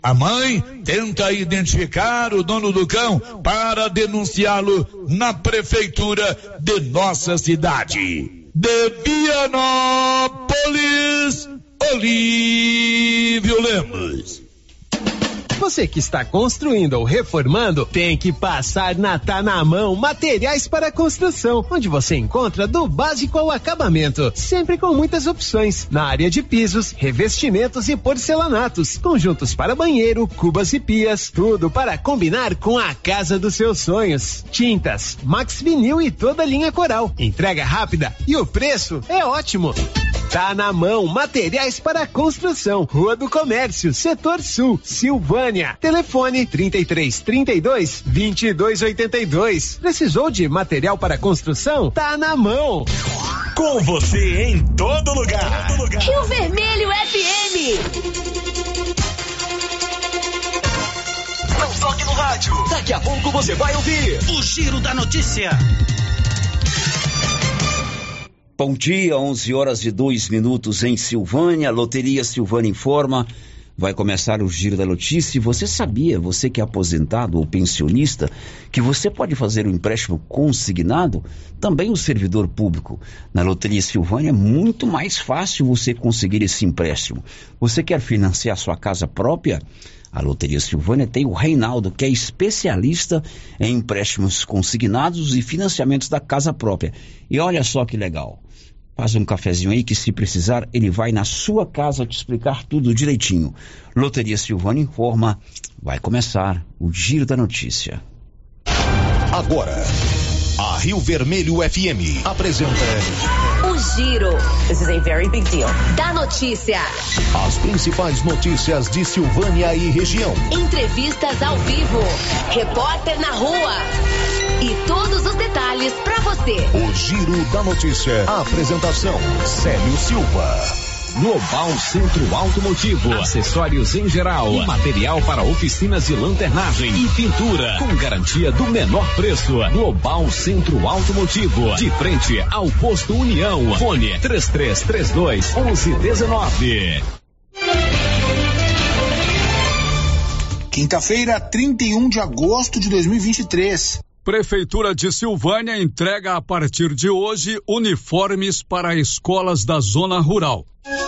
A mãe tenta identificar o dono do cão para denunciá-lo na prefeitura de nossa cidade. De Vianópolis, Olívio Lemos. Você que está construindo ou reformando, tem que passar na Tá na Mão Materiais para Construção, onde você encontra do básico ao acabamento, sempre com muitas opções, na área de pisos, revestimentos e porcelanatos, conjuntos para banheiro, cubas e pias, tudo para combinar com a casa dos seus sonhos. Tintas, Max Vinil e toda a linha Coral, entrega rápida e o preço é ótimo. Tá na Mão Materiais para Construção, Rua do Comércio, Setor Sul, Silvânia. Telefone 3332-2282. Precisou de material para construção? Tá na mão. Com você em todo lugar. Rio Vermelho FM. Não toque no rádio. Daqui a pouco você vai ouvir o Giro da Notícia. Bom dia, 11h02 em Silvânia. Loteria Silvânia informa. Vai começar o Giro da Notícia. Você sabia, você que é aposentado ou pensionista, que você pode fazer um empréstimo consignado? Também o servidor público. Na Loteria Silvânia é muito mais fácil você conseguir esse empréstimo. Você quer financiar sua casa própria? A Loteria Silvânia tem o Reinaldo, que é especialista em empréstimos consignados e financiamentos da casa própria. E olha só que legal. Faz um cafezinho aí que, se precisar, ele vai na sua casa te explicar tudo direitinho. Loteria Silvânia informa. Vai começar o Giro da Notícia. Agora, a Rio Vermelho FM apresenta O Giro. This is a very big deal. Da notícia. as principais notícias de Silvânia e região. Entrevistas ao vivo. Repórter na rua. E todos os detalhes pra você. O Giro da Notícia. A apresentação: Célio Silva. Global Centro Automotivo, acessórios em geral, material para oficinas de lanternagem e pintura, com garantia do menor preço. Global Centro Automotivo, de frente ao Posto União. Fone 3332-1119. Quinta-feira, 31 de agosto de 2023. Prefeitura de Silvânia entrega a partir de hoje uniformes para escolas da zona rural.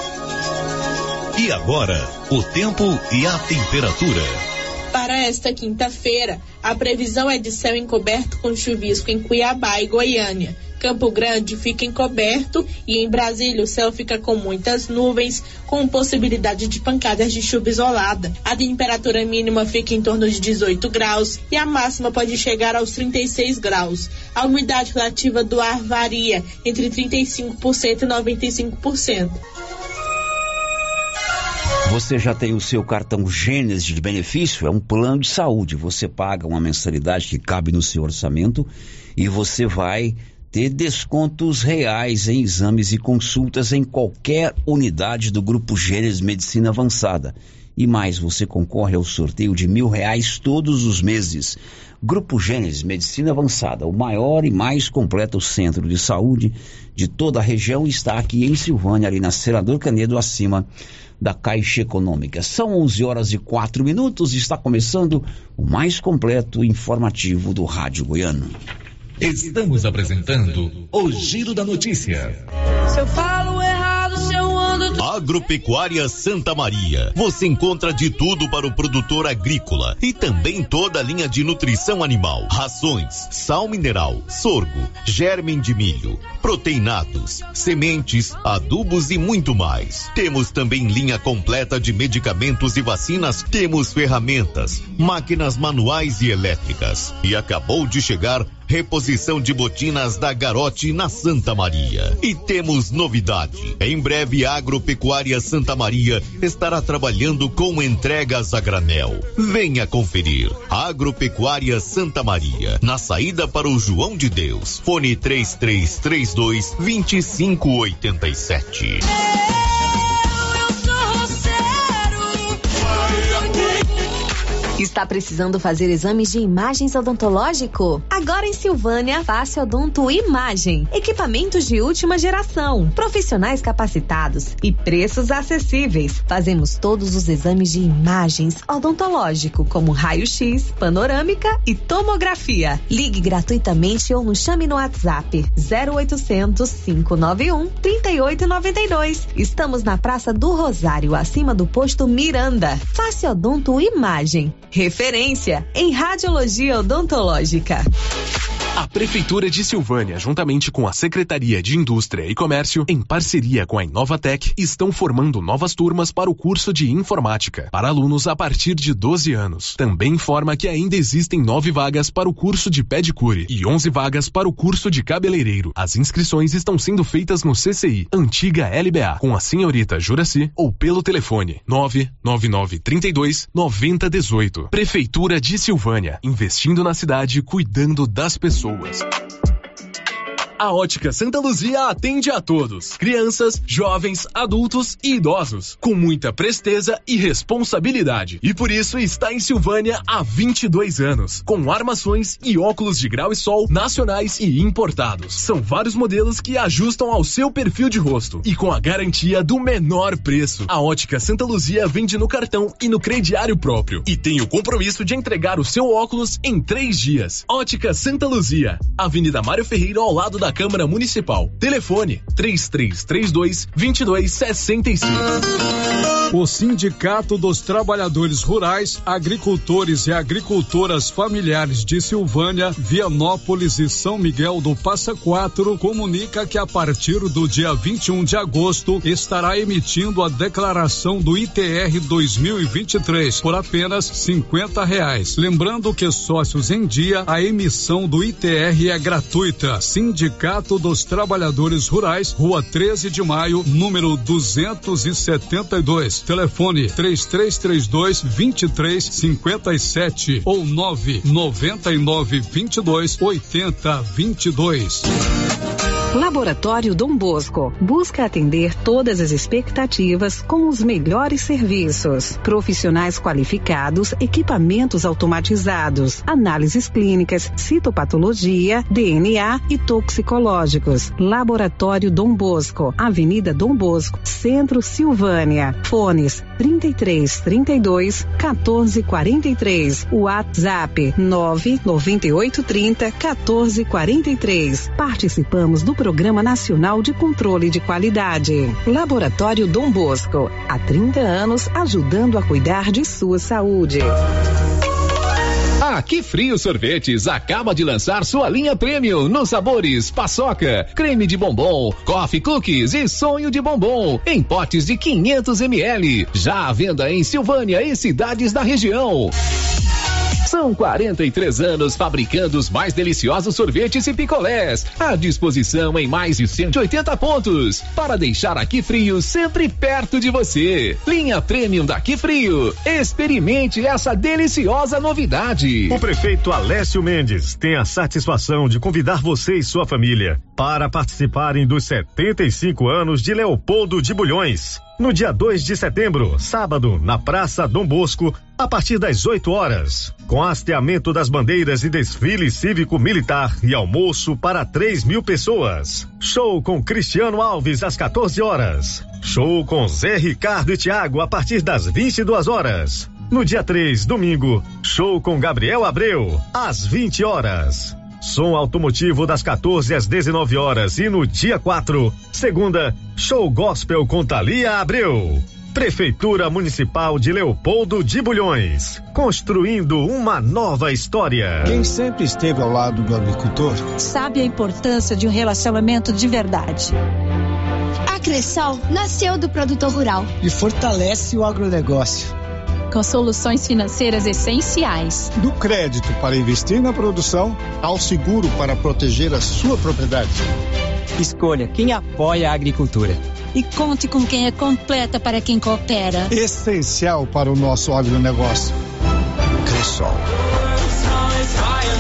E agora, o tempo e a temperatura. Para esta quinta-feira, a previsão é de céu encoberto com chuvisco em Cuiabá e Goiânia. Campo Grande fica encoberto e em Brasília o céu fica com muitas nuvens, com possibilidade de pancadas de chuva isolada. A temperatura mínima fica em torno de 18 graus e a máxima pode chegar aos 36 graus. A umidade relativa do ar varia entre 35% e 95%. Você já tem o seu cartão Gênesis de benefício? É um plano de saúde. Você paga uma mensalidade que cabe no seu orçamento e você vai ter descontos reais em exames e consultas em qualquer unidade do Grupo Gênesis Medicina Avançada. E mais, você concorre ao sorteio de R$1.000 todos os meses. Grupo Gênesis Medicina Avançada, o maior e mais completo centro de saúde de toda a região, está aqui em Silvânia, ali na Senador Canedo, acima da Caixa Econômica. São 11h04, está começando o mais completo informativo do Rádio Goiano. Estamos apresentando o Giro da Notícia. Se eu falo errado, se eu ando... Agropecuária Santa Maria. Você encontra de tudo para o produtor agrícola e também toda a linha de nutrição animal. Rações, sal mineral, sorgo, germe de milho, proteinados, sementes, adubos e muito mais. Temos também linha completa de medicamentos e vacinas. Temos ferramentas, máquinas manuais e elétricas. E acabou de chegar reposição de botinas da Garote na Santa Maria. E temos novidade. Em breve, a Agropecuária Santa Maria estará trabalhando com entregas a granel. Venha conferir. Agropecuária Santa Maria, na saída para o João de Deus. Fone 3332-2587. Está precisando fazer exames de imagens odontológico? Agora em Silvânia, Face Odonto Imagem. Equipamentos de última geração, profissionais capacitados e preços acessíveis. Fazemos todos os exames de imagens odontológico, como raio-x, panorâmica e tomografia. Ligue gratuitamente ou nos chame no WhatsApp 0800 591 3892. Estamos na Praça do Rosário, acima do posto Miranda. Face Odonto Imagem. Referência em radiologia odontológica. A Prefeitura de Silvânia, juntamente com a Secretaria de Indústria e Comércio, em parceria com a Inovatec, estão formando novas turmas para o curso de Informática, para alunos a partir de 12 anos. Também informa que ainda existem 9 vagas para o curso de pedicure e 11 vagas para o curso de cabeleireiro. As inscrições estão sendo feitas no CCI, antiga LBA, com a senhorita Juraci ou pelo telefone 99932-9018. Prefeitura de Silvânia, investindo na cidade, cuidando das pessoas. A Ótica Santa Luzia atende a todos, crianças, jovens, adultos e idosos, com muita presteza e responsabilidade. E por isso está em Silvânia há 22 anos, com armações e óculos de grau e sol nacionais e importados. São vários modelos que ajustam ao seu perfil de rosto e com a garantia do menor preço. A Ótica Santa Luzia vende no cartão e no crediário próprio e tem o compromisso de entregar o seu óculos em 3 dias. Ótica Santa Luzia, Avenida Mário Ferreira, ao lado da Câmara Municipal. Telefone 3332-2265. O Sindicato dos Trabalhadores Rurais, Agricultores e Agricultoras Familiares de Silvânia, Vianópolis e São Miguel do Passa Quatro comunica que a partir do dia 21 de agosto estará emitindo a declaração do ITR 2023 por apenas R$50. Lembrando que sócios em dia, a emissão do ITR é gratuita. Sindicato dos Trabalhadores Rurais, Rua 13 de Maio, número 272. Telefone 3332-2357 ou 99922-8022. Laboratório Dom Bosco busca atender todas as expectativas com os melhores serviços. Profissionais qualificados, equipamentos automatizados, análises clínicas, citopatologia, DNA e toxicológicos. Laboratório Dom Bosco, Avenida Dom Bosco, Centro, Silvânia. Fones 3332-1443. WhatsApp 99830-1443. Participamos do Programa Nacional de Controle de Qualidade. Laboratório Dom Bosco, há 30 anos ajudando a cuidar de sua saúde. A Que Frio Sorvetes acaba de lançar sua linha Premium nos sabores paçoca, creme de bombom, coffee cookies e sonho de bombom em potes de 500 ml. Já à venda em Silvânia e cidades da região. São 43 anos fabricando os mais deliciosos sorvetes e picolés, à disposição em mais de 180 pontos, para deixar a Que Frio sempre perto de você. Linha Premium da Que Frio. Experimente essa deliciosa novidade. O prefeito Alessio Mendes tem a satisfação de convidar você e sua família para participarem dos 75 anos de Leopoldo de Bulhões. No dia 2 de setembro, sábado, na Praça Dom Bosco, a partir das 8 horas, com hasteamento das bandeiras e desfile cívico-militar e almoço para 3.000 pessoas. Show com Cristiano Alves às 14 horas. Show com Zé Ricardo e Thiago a partir das 22 horas. No dia 3, domingo, show com Gabriel Abreu às 20 horas. Som automotivo das 14 às 19 horas e no dia 4, segunda, show gospel com Thalia Abreu. Prefeitura Municipal de Leopoldo de Bulhões, construindo uma nova história. Quem sempre esteve ao lado do agricultor sabe a importância de um relacionamento de verdade. A Cressol nasceu do produtor rural e fortalece o agronegócio, com soluções financeiras essenciais. Do crédito para investir na produção ao seguro para proteger a sua propriedade. Escolha quem apoia a agricultura. E conte com quem é completa para quem coopera. Essencial para o nosso agronegócio. Cressol.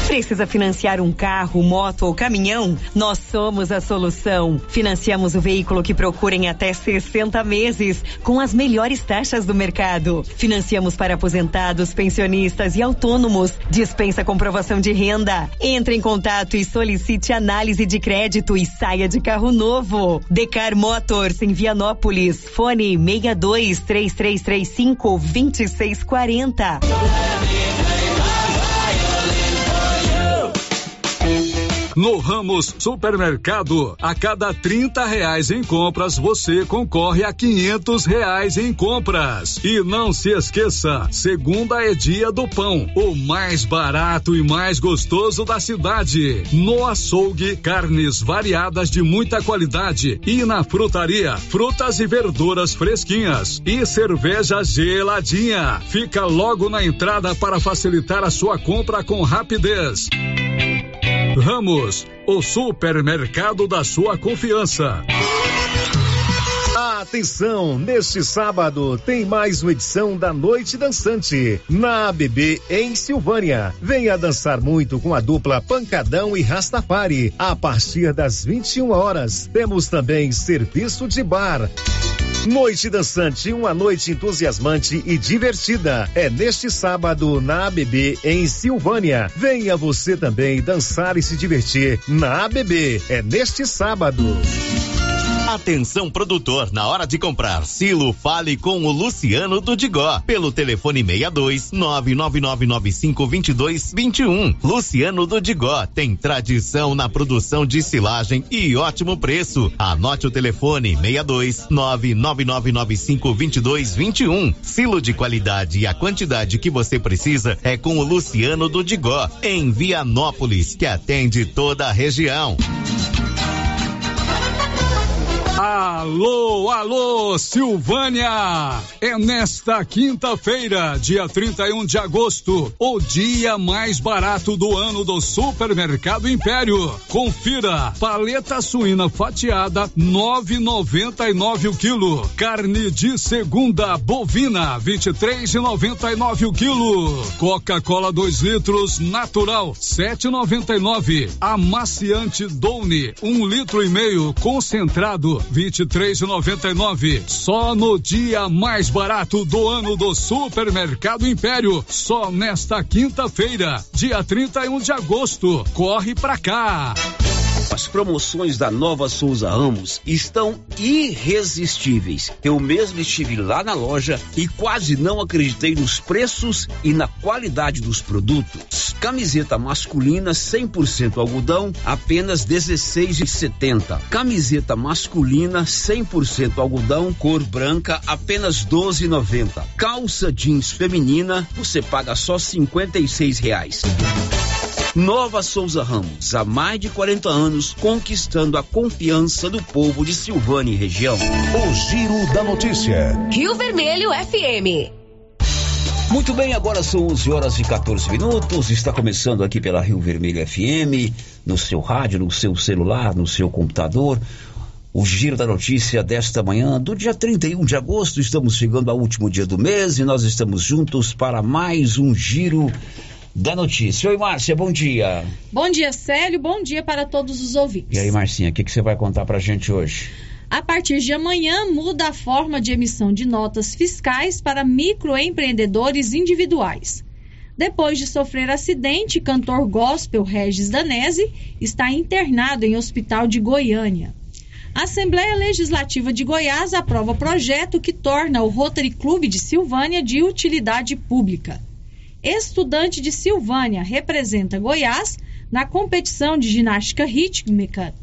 Precisa financiar um carro, moto ou caminhão? Nós somos a solução. Financiamos o veículo que procura em até 60 meses, com as melhores taxas do mercado. Financiamos para aposentados, pensionistas e autônomos. Dispensa comprovação de renda. Entre em contato e solicite análise de crédito e saia de carro novo. Decar Motors em Vianópolis. Fone 6233352640. No Ramos Supermercado, a cada R$30 em compras, você concorre a R$500 em compras. E não se esqueça, segunda é dia do pão, o mais barato e mais gostoso da cidade. No açougue, carnes variadas de muita qualidade. E na frutaria, frutas e verduras fresquinhas. E cerveja geladinha. Fica logo na entrada para facilitar a sua compra com rapidez. Ramos, o supermercado da sua confiança. Atenção, neste sábado tem mais uma edição da Noite Dançante na ABB em Silvânia. Venha dançar muito com a dupla Pancadão e Rastafari. A partir das 21 horas, temos também serviço de bar. Noite Dançante, uma noite entusiasmante e divertida. É neste sábado na ABB em Silvânia. Venha você também dançar e se divertir na ABB. É neste sábado. Atenção produtor, na hora de comprar silo, fale com o Luciano do Digó, pelo telefone 62 999952221. Luciano do Digó tem tradição na produção de silagem e ótimo preço. Anote o telefone 62 999952221. Silo de qualidade e a quantidade que você precisa é com o Luciano do Digó, em Vianópolis, que atende toda a região. Alô, alô, Silvânia! É nesta quinta-feira, dia 31 de agosto, o dia mais barato do ano do Supermercado Império. Confira: paleta suína fatiada, 9,99 o quilo. Carne de segunda bovina, 23,99 o quilo. Coca-Cola 2 litros natural, 7,99. Amaciante Downy, 1,5 litro concentrado, 23,99. Só no dia mais barato do ano do Supermercado Império. Só nesta quinta-feira, dia 31 de agosto. Corre pra cá. As promoções da Nova Souza Ramos estão irresistíveis. Eu mesmo estive lá na loja e quase não acreditei nos preços e na qualidade dos produtos. Camiseta masculina 100% algodão, apenas R$16,70. Camiseta masculina 100% algodão, cor branca, apenas R$12,90. Calça jeans feminina, você paga só R$56. Nova Souza Ramos, há mais de 40 anos, conquistando a confiança do povo de Silvânia e região. O Giro da Notícia. Rio Vermelho FM. Muito bem, agora são 11h14. Está começando aqui pela Rio Vermelho FM, no seu rádio, no seu celular, no seu computador. O Giro da Notícia desta manhã, do dia 31 de agosto. Estamos chegando ao último dia do mês e nós estamos juntos para mais um Giro da Notícia. Oi, Márcia, bom dia. Bom dia, Célio, bom dia para todos os ouvintes. E aí, Marcinha, o que você vai contar pra gente hoje? A partir de amanhã, muda a forma de emissão de notas fiscais para microempreendedores individuais. Depois de sofrer acidente, cantor gospel Regis Danese está internado em hospital de Goiânia. A Assembleia Legislativa de Goiás aprova projeto que torna o Rotary Clube de Silvânia de utilidade pública. Estudante de Silvânia representa Goiás na competição de ginástica rítmica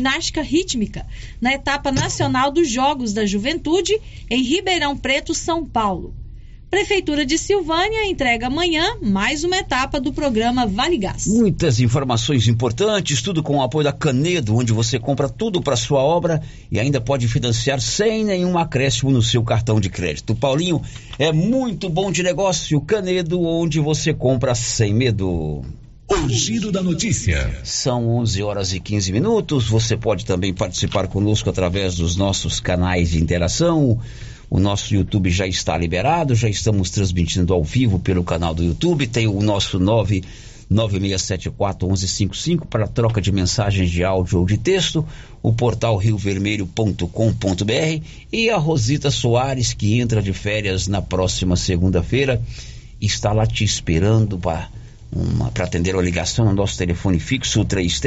na etapa nacional dos Jogos da Juventude em Ribeirão Preto, São Paulo. Prefeitura de Silvânia entrega amanhã mais uma etapa do programa Vale Gás. Muitas informações importantes, tudo com o apoio da Canedo, onde você compra tudo para sua obra e ainda pode financiar sem nenhum acréscimo no seu cartão de crédito. Paulinho, é muito bom de negócio. Canedo, onde você compra sem medo. O Giro da Notícia. São 11h15. Você pode também participar conosco através dos nossos canais de interação. O nosso YouTube já está liberado, já estamos transmitindo ao vivo pelo canal do YouTube. Tem o nosso 9674-1155 para troca de mensagens de áudio ou de texto, o portal riovermelho.com.br e a Rosita Soares, que entra de férias na próxima segunda-feira, está lá te esperando para atender a ligação no nosso telefone fixo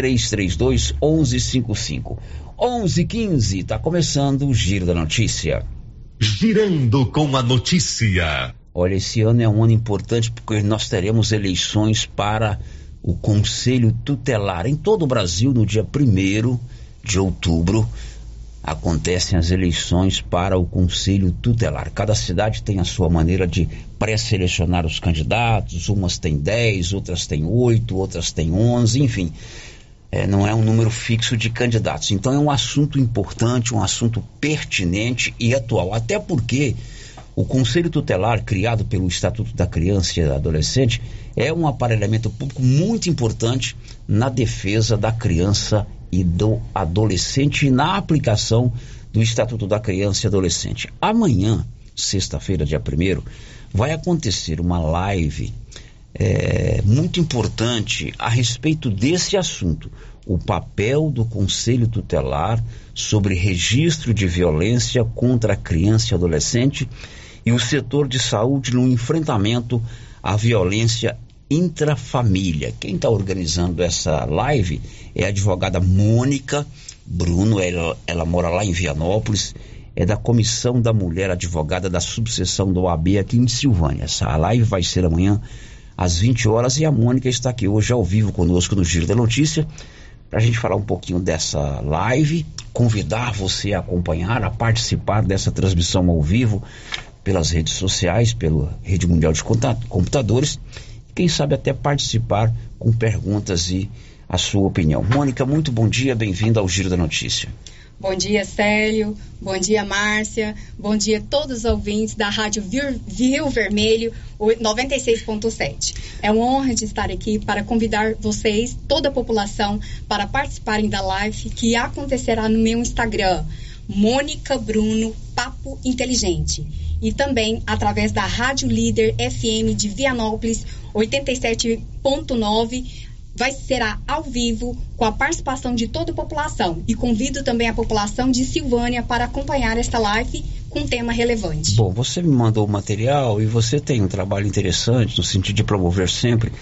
3332-1155. 11:15, está começando o Giro da Notícia. Girando com a notícia. Olha, esse ano é um ano importante porque nós teremos eleições para o Conselho Tutelar. Em todo o Brasil, no dia 1º de outubro, acontecem as eleições para o Conselho Tutelar. Cada cidade tem a sua maneira de pré-selecionar os candidatos, umas têm 10, outras têm 8, outras têm 11, enfim. Não é um número fixo de candidatos. Então é um assunto importante, um assunto pertinente e atual. Até porque o Conselho Tutelar, criado pelo Estatuto da Criança e do Adolescente, é um aparelhamento público muito importante na defesa da criança e do adolescente e na aplicação do Estatuto da Criança e Adolescente. Amanhã, sexta-feira, dia 1º, vai acontecer uma live muito importante a respeito desse assunto, o papel do Conselho Tutelar sobre registro de violência contra a criança e adolescente e o setor de saúde no enfrentamento à violência intrafamília. Quem está organizando essa live é a advogada Mônica Bruno, ela mora lá em Vianópolis, é da Comissão da Mulher Advogada da subseção do OAB aqui em Silvânia. Essa live vai ser amanhã às 20 horas e a Mônica está aqui hoje ao vivo conosco no Giro da Notícia para a gente falar um pouquinho dessa live, convidar você a acompanhar, a participar dessa transmissão ao vivo pelas redes sociais, pela Rede Mundial de Computadores, quem sabe até participar com perguntas e a sua opinião. Mônica, muito bom dia, bem-vinda ao Giro da Notícia. Bom dia, Célio. Bom dia, Márcia. Bom dia a todos os ouvintes da Rádio Rio Vermelho 96.7. É uma honra de estar aqui para convidar vocês, toda a população, para participarem da live que acontecerá no meu Instagram, Mônica Bruno Papo Inteligente. E também através da Rádio Líder FM de Vianópolis 87.9, será ao vivo com a participação de toda a população. E convido também a população de Silvânia para acompanhar esta live com um tema relevante. Bom, você me mandou o material e você tem um trabalho interessante no sentido de promover sempre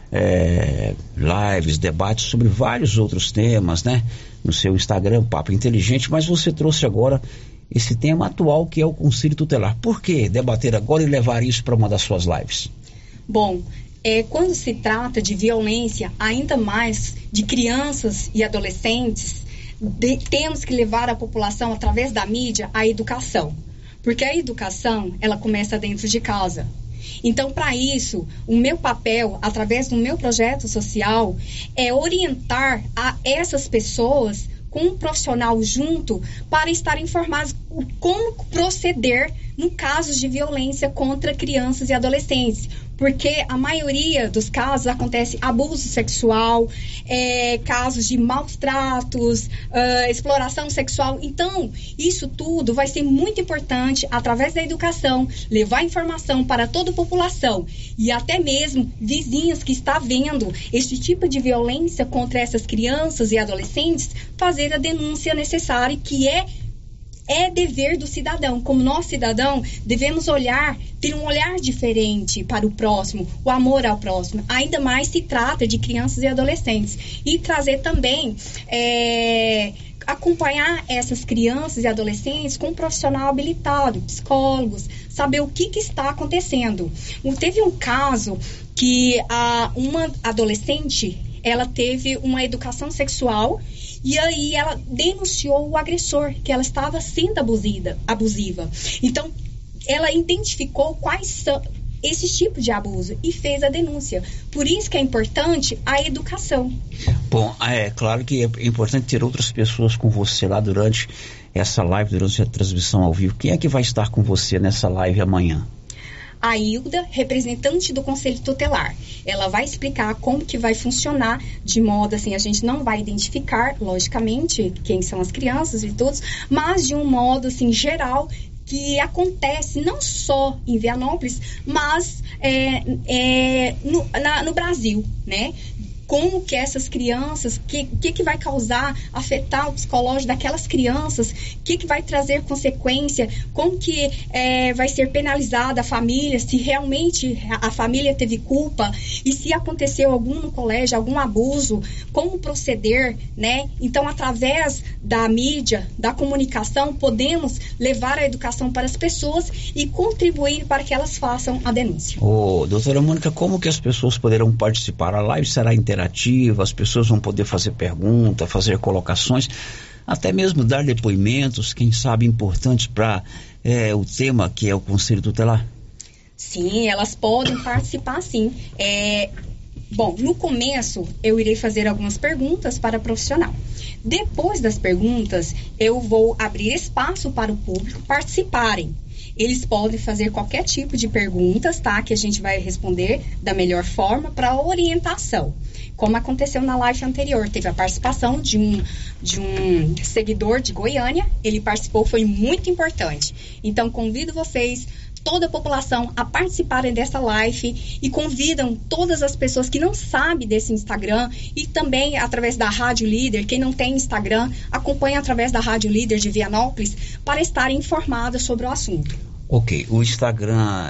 lives, debates sobre vários outros temas, né? No seu Instagram, Papo Inteligente, mas você trouxe agora esse tema atual que é o Conselho Tutelar. Por que debater agora e levar isso para uma das suas lives? Bom, quando se trata de violência, ainda mais de crianças e adolescentes, temos que levar a população, através da mídia, à educação. Porque a educação, ela começa dentro de casa. Então, para isso, o meu papel, através do meu projeto social, é orientar a essas pessoas com um profissional junto para estar informados como proceder no caso de violência contra crianças e adolescentes. Porque a maioria dos casos acontece abuso sexual, casos de maus tratos, exploração sexual. Então, isso tudo vai ser muito importante, através da educação, levar informação para toda a população e até mesmo vizinhos que estão vendo esse tipo de violência contra essas crianças e adolescentes, fazer a denúncia necessária, que é dever do cidadão. Como nós, cidadão, devemos ter um olhar diferente para o próximo, o amor ao próximo. Ainda mais se trata de crianças e adolescentes. E trazer também, acompanhar essas crianças e adolescentes com um profissional habilitado, psicólogos, saber o que está acontecendo. Teve um caso que uma adolescente, ela teve uma educação sexual. E aí ela denunciou o agressor, que ela estava sendo abusiva. Então, ela identificou quais são esses tipos de abuso e fez a denúncia. Por isso que é importante a educação. Bom, é claro que é importante ter outras pessoas com você lá durante essa live, durante a transmissão ao vivo. Quem é que vai estar com você nessa live amanhã? A Hilda, representante do Conselho Tutelar. Ela vai explicar como que vai funcionar, de modo assim, a gente não vai identificar, logicamente, quem são as crianças e todos, mas de um modo assim, geral, que acontece não só em Vianópolis, mas no Brasil, né? Como que essas crianças, que vai causar, afetar o psicológico daquelas crianças, que vai trazer consequência, como que vai ser penalizada a família, se realmente a família teve culpa, e se aconteceu algum no colégio, algum abuso, como proceder, né? Então, através da mídia, da comunicação, podemos levar a educação para as pessoas e contribuir para que elas façam a denúncia. Doutora Mônica, como que as pessoas poderão participar? A live será interativa, as pessoas vão poder fazer perguntas, fazer colocações, até mesmo dar depoimentos, quem sabe importantes para o tema que é o Conselho Tutelar? Sim, elas podem participar sim. Bom, no começo eu irei fazer algumas perguntas para a profissional. Depois das perguntas, eu vou abrir espaço para o público participarem. Eles podem fazer qualquer tipo de perguntas, tá? Que a gente vai responder da melhor forma para orientação. Como aconteceu na live anterior, teve a participação de um seguidor de Goiânia, ele participou, foi muito importante. Então, convido vocês, toda a população, a participarem dessa live e convidam todas as pessoas que não sabem desse Instagram e também através da Rádio Líder, quem não tem Instagram, acompanha através da Rádio Líder de Vianópolis para estarem informados sobre o assunto. Ok, o Instagram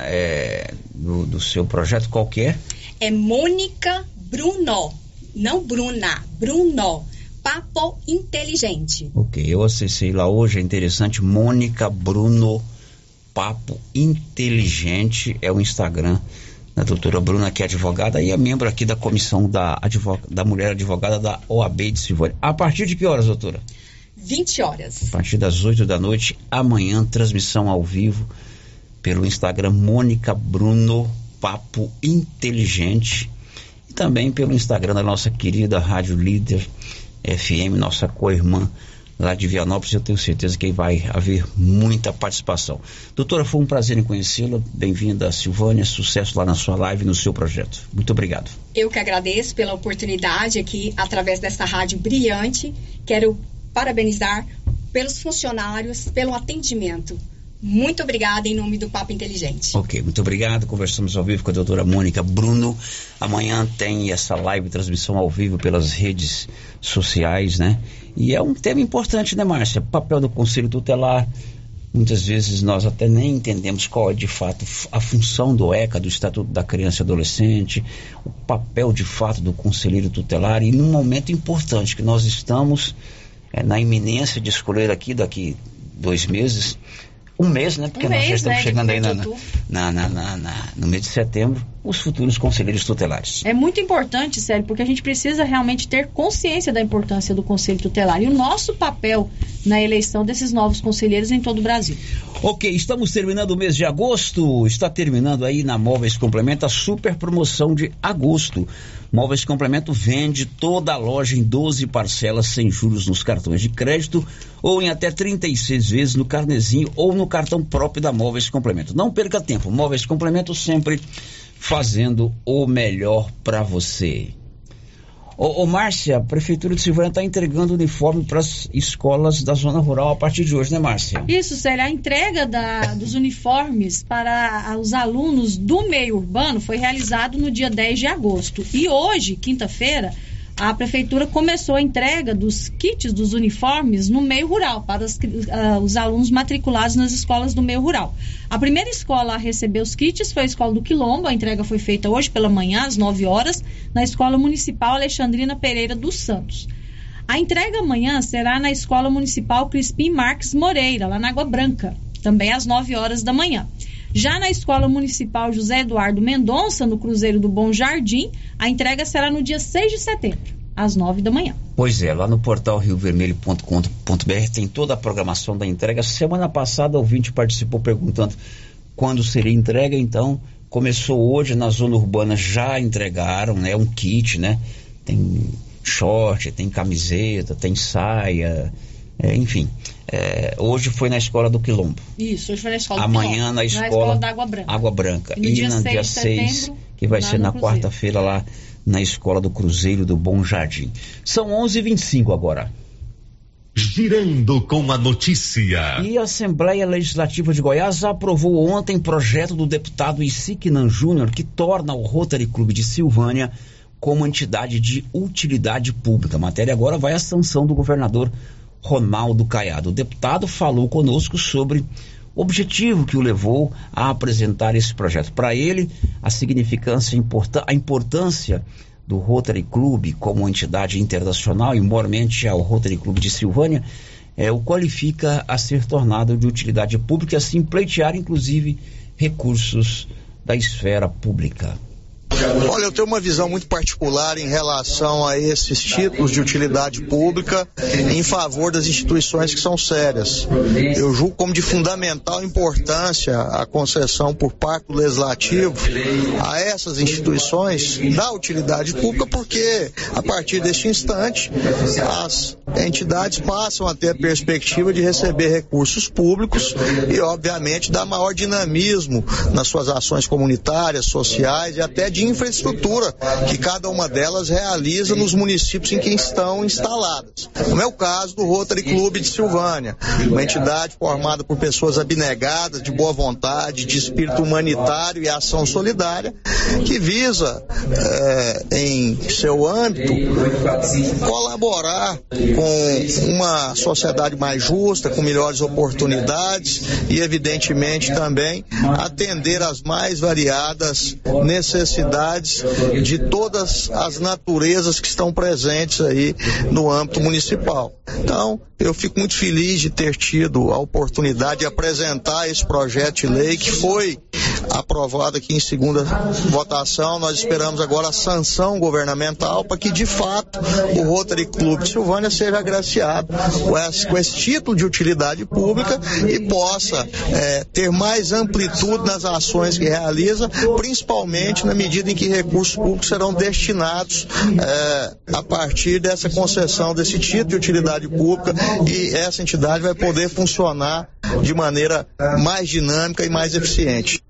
do seu projeto qual que é? É Mônica Bruno, não Bruna, Bruno, Papo Inteligente. Ok, eu acessei lá hoje, é interessante, Mônica Bruno, Papo Inteligente, é o Instagram da doutora Bruna, que é advogada e é membro aqui da comissão da mulher advogada da OAB de Silvânia. A partir de que horas, doutora? 20 horas. A partir das 8 da noite, amanhã, transmissão ao vivo pelo Instagram Mônica Bruno, Papo Inteligente, e também pelo Instagram da nossa querida Rádio Líder FM, nossa co-irmã lá de Vianópolis. Eu tenho certeza que vai haver muita participação. Doutora, foi um prazer em conhecê-la. Bem-vinda a Silvânia, sucesso lá na sua live e no seu projeto. Muito obrigado. Eu que agradeço pela oportunidade aqui, através dessa rádio brilhante. Quero parabenizar pelos funcionários, pelo atendimento. Muito obrigada em nome do Papo Inteligente. Ok, muito obrigado. Conversamos ao vivo com a doutora Mônica Bruno. Amanhã tem essa live, transmissão ao vivo pelas redes sociais, né? E é um tema importante, né, Márcia? Papel do Conselho Tutelar. Muitas vezes nós até nem entendemos qual é de fato a função do ECA, do Estatuto da Criança e Adolescente, o papel de fato do Conselheiro Tutelar, e num momento importante que nós estamos na iminência de escolher aqui, daqui 2 meses, um mês, né? Porque nós já estamos chegando aí no mês de setembro, os futuros conselheiros tutelares. É muito importante, Célio, porque a gente precisa realmente ter consciência da importância do Conselho Tutelar e o nosso papel na eleição desses novos conselheiros em todo o Brasil. Ok, estamos terminando o mês de agosto. Está terminando aí na Móveis Complemento a super promoção de agosto. Móveis Complemento vende toda a loja em 12 parcelas sem juros nos cartões de crédito ou em até 36 vezes no carnezinho ou no cartão próprio da Móveis Complemento. Não perca tempo, Móveis Complemento sempre fazendo o melhor para você. Ô Márcia, a Prefeitura de Silvânia está entregando uniforme para as escolas da zona rural a partir de hoje, né, Márcia? Isso, Célia, a entrega dos uniformes para os alunos do meio urbano foi realizado no dia 10 de agosto. E hoje, quinta-feira, a Prefeitura começou a entrega dos kits dos uniformes no meio rural, para os alunos matriculados nas escolas do meio rural. A primeira escola a receber os kits foi a Escola do Quilombo. A entrega foi feita hoje pela manhã, às 9 horas, na Escola Municipal Alexandrina Pereira dos Santos. A entrega amanhã será na Escola Municipal Crispim Marques Moreira, lá na Água Branca, também às 9 horas da manhã. Já na Escola Municipal José Eduardo Mendonça, no Cruzeiro do Bom Jardim, a entrega será no dia 6 de setembro, às 9 da manhã. Pois é, lá no portal riovermelho.com.br tem toda a programação da entrega. Semana passada o ouvinte participou perguntando quando seria a entrega, então começou hoje na zona urbana, já entregaram, né, um kit, né? Tem short, tem camiseta, tem saia, enfim. Hoje foi na Escola do Quilombo. Isso, hoje foi na Escola do Amanhã Quilombo. na Escola da Água Branca. Água Branca. E no dia 6, que vai ser na quarta-feira lá na Escola do Cruzeiro do Bom Jardim. São 11h25 agora. Girando com a notícia. E a Assembleia Legislativa de Goiás aprovou ontem projeto do deputado Isiquinan Júnior que torna o Rotary Club de Silvânia como entidade de utilidade pública. A matéria agora vai à sanção do governador Ronaldo Caiado. O deputado falou conosco sobre o objetivo que o levou a apresentar esse projeto. Para ele, a significância, a importância do Rotary Club como entidade internacional, igualmente ao Rotary Club de Silvânia, o qualifica a ser tornado de utilidade pública e assim pleitear, inclusive, recursos da esfera pública. Olha, eu tenho uma visão muito particular em relação a esses títulos de utilidade pública em favor das instituições que são sérias. Eu julgo como de fundamental importância a concessão por parte do Legislativo a essas instituições da utilidade pública, porque a partir deste instante as entidades passam a ter a perspectiva de receber recursos públicos e, obviamente, dar maior dinamismo nas suas ações comunitárias, sociais e até de infraestrutura que cada uma delas realiza nos municípios em que estão instaladas. Como é o caso do Rotary Club de Silvânia, uma entidade formada por pessoas abnegadas, de boa vontade, de espírito humanitário e ação solidária, que visa, em seu âmbito, colaborar com uma sociedade mais justa, com melhores oportunidades e, evidentemente, também atender às mais variadas necessidades de todas as naturezas que estão presentes aí no âmbito municipal. Então, eu fico muito feliz de ter tido a oportunidade de apresentar esse projeto de lei que foi aprovado aqui em segunda votação. Nós esperamos agora a sanção governamental para que, de fato, o Rotary Club de Silvânia seja agraciado com esse título de utilidade pública e possa ter mais amplitude nas ações que realiza, principalmente na medida em que recursos públicos serão destinados a partir dessa concessão desse título de utilidade pública, e essa entidade vai poder funcionar de maneira mais dinâmica e mais eficiente.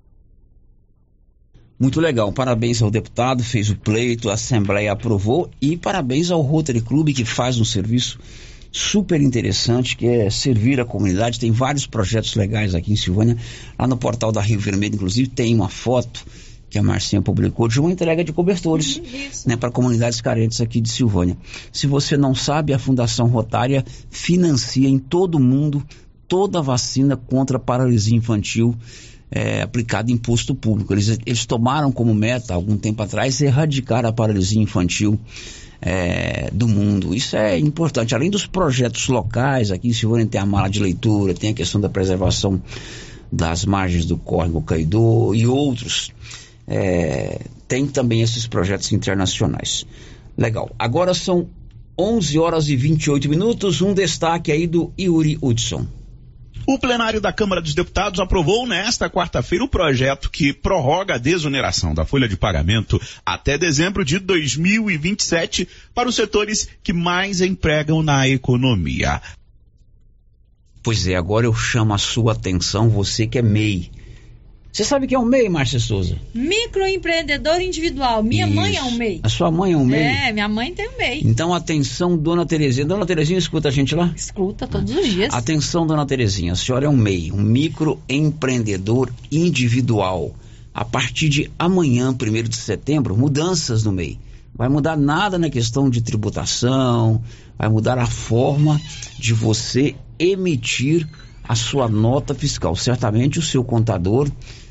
Muito legal, parabéns ao deputado, fez o pleito, a Assembleia aprovou, e parabéns ao Rotary Club, que faz um serviço super interessante, que é servir a comunidade. Tem vários projetos legais aqui em Silvânia. Lá no portal da Rio Vermelho, inclusive, tem uma foto que a Marcinha publicou de uma entrega de cobertores, para comunidades carentes aqui de Silvânia. Se você não sabe, a Fundação Rotária financia em todo o mundo toda a vacina contra a paralisia infantil aplicada em posto público. Eles tomaram como meta, algum tempo atrás, erradicar a paralisia infantil do mundo. Isso é importante. Além dos projetos locais, aqui em Silvânia tem a mala de leitura, tem a questão da preservação das margens do córrego Caidô e outros. Tem também esses projetos internacionais. Legal. Agora são 11 horas e 28 minutos. Um destaque aí do Yuri Hudson. O plenário da Câmara dos Deputados aprovou nesta quarta-feira o projeto que prorroga a desoneração da folha de pagamento até dezembro de 2027 para os setores que mais empregam na economia. Pois é, agora eu chamo a sua atenção, você que é MEI. Você sabe o que é um MEI, Márcia Souza? Microempreendedor individual. Minha mãe é um MEI. A sua mãe é um MEI? Minha mãe tem um MEI. Então, atenção, dona Terezinha. Dona Terezinha escuta a gente lá? Escuta todos os dias. Atenção, dona Terezinha. A senhora é um MEI, um microempreendedor individual. A partir de amanhã, 1º de setembro, mudanças no MEI. Vai mudar nada na questão de tributação, vai mudar a forma de você emitir a sua nota fiscal. Certamente o seu contador,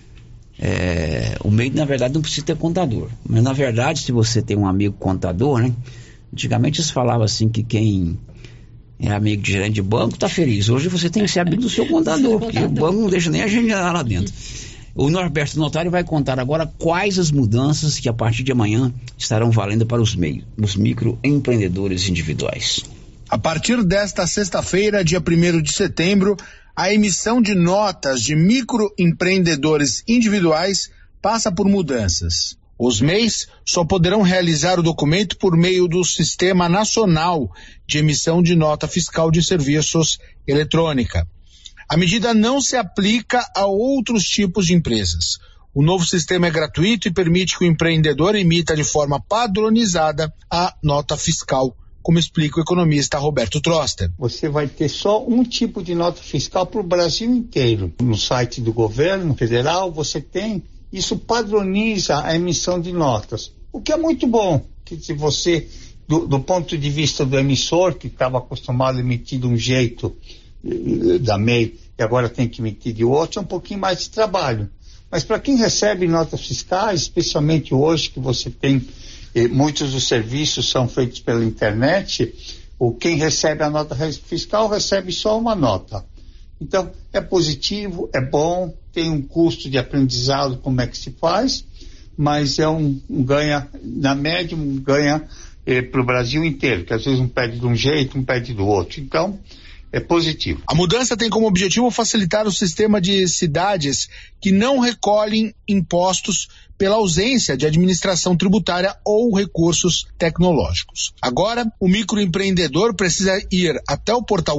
o MEI, na verdade, não precisa ter contador. Mas, na verdade, se você tem um amigo contador, né? Antigamente eles falavam assim que quem é amigo de gerente de banco está feliz. Hoje você tem que ser amigo do seu contador, porque o banco não deixa nem a gente entrar lá dentro. O Norberto Notário vai contar agora quais as mudanças que a partir de amanhã estarão valendo para os MEI, os microempreendedores individuais. A partir desta sexta-feira, dia 1º de setembro, a emissão de notas de microempreendedores individuais passa por mudanças. Os MEIs só poderão realizar o documento por meio do Sistema Nacional de Emissão de Nota Fiscal de Serviços Eletrônica. A medida não se aplica a outros tipos de empresas. O novo sistema é gratuito e permite que o empreendedor emita de forma padronizada a nota fiscal como explica o economista Roberto Troster. Você vai ter só um tipo de nota fiscal para o Brasil inteiro. No site do governo federal você tem, isso padroniza a emissão de notas, o que é muito bom, que se você, do ponto de vista do emissor, que estava acostumado a emitir de um jeito da MEI e agora tem que emitir de outro, é um pouquinho mais de trabalho. Mas para quem recebe notas fiscais, especialmente hoje que você tem, muitos dos serviços são feitos pela internet, quem recebe a nota fiscal recebe só uma nota. Então, é positivo, é bom, tem um custo de aprendizado, como é que se faz, mas é um ganha, na média, um ganha para o Brasil inteiro, que às vezes um pede de um jeito, um pede do outro. Então, é positivo. A mudança tem como objetivo facilitar o sistema de cidades que não recolhem impostos pela ausência de administração tributária ou recursos tecnológicos. Agora, o microempreendedor precisa ir até o portal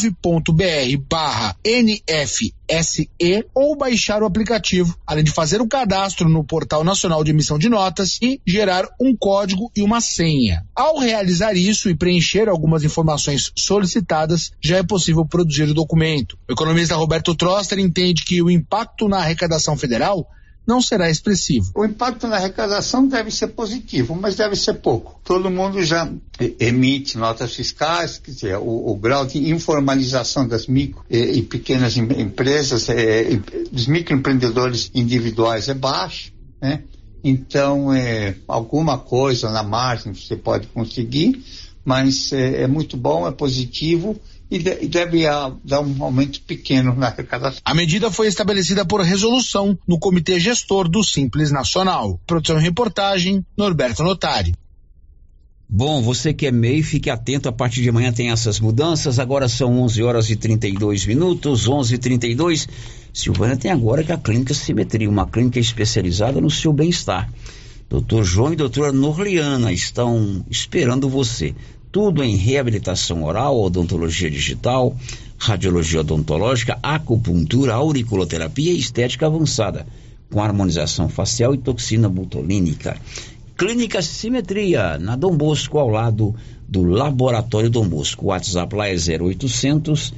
gov.br/NFSE ou baixar o aplicativo, além de fazer o cadastro no Portal Nacional de Emissão de Notas e gerar um código e uma senha. Ao realizar isso e preencher algumas informações solicitadas, já é possível produzir o documento. O economista Roberto Troster entende que o impacto na arrecadação federal não será expressivo. O impacto na arrecadação deve ser positivo, mas deve ser pouco. Todo mundo já emite notas fiscais, quer dizer, o grau de informalização das micro e pequenas empresas, dos microempreendedores individuais é baixo, né? Então, alguma coisa na margem você pode conseguir, mas é muito bom, é positivo e deve dar um aumento pequeno na arrecadação. A medida foi estabelecida por resolução no Comitê Gestor do Simples Nacional. Produção e reportagem, Norberto Notari. Bom, você que é MEI, fique atento, a partir de amanhã tem essas mudanças. Agora são 11h32, 11h32. Silvânia tem agora que a Clínica Simetria, uma clínica especializada no seu bem-estar. Dr. João e doutora Norliana estão esperando você. Tudo em reabilitação oral, odontologia digital, radiologia odontológica, acupuntura, auriculoterapia e estética avançada, com harmonização facial e toxina botulínica. Clínica Simetria, na Dom Bosco, ao lado do Laboratório Dom Bosco. O WhatsApp lá é 0800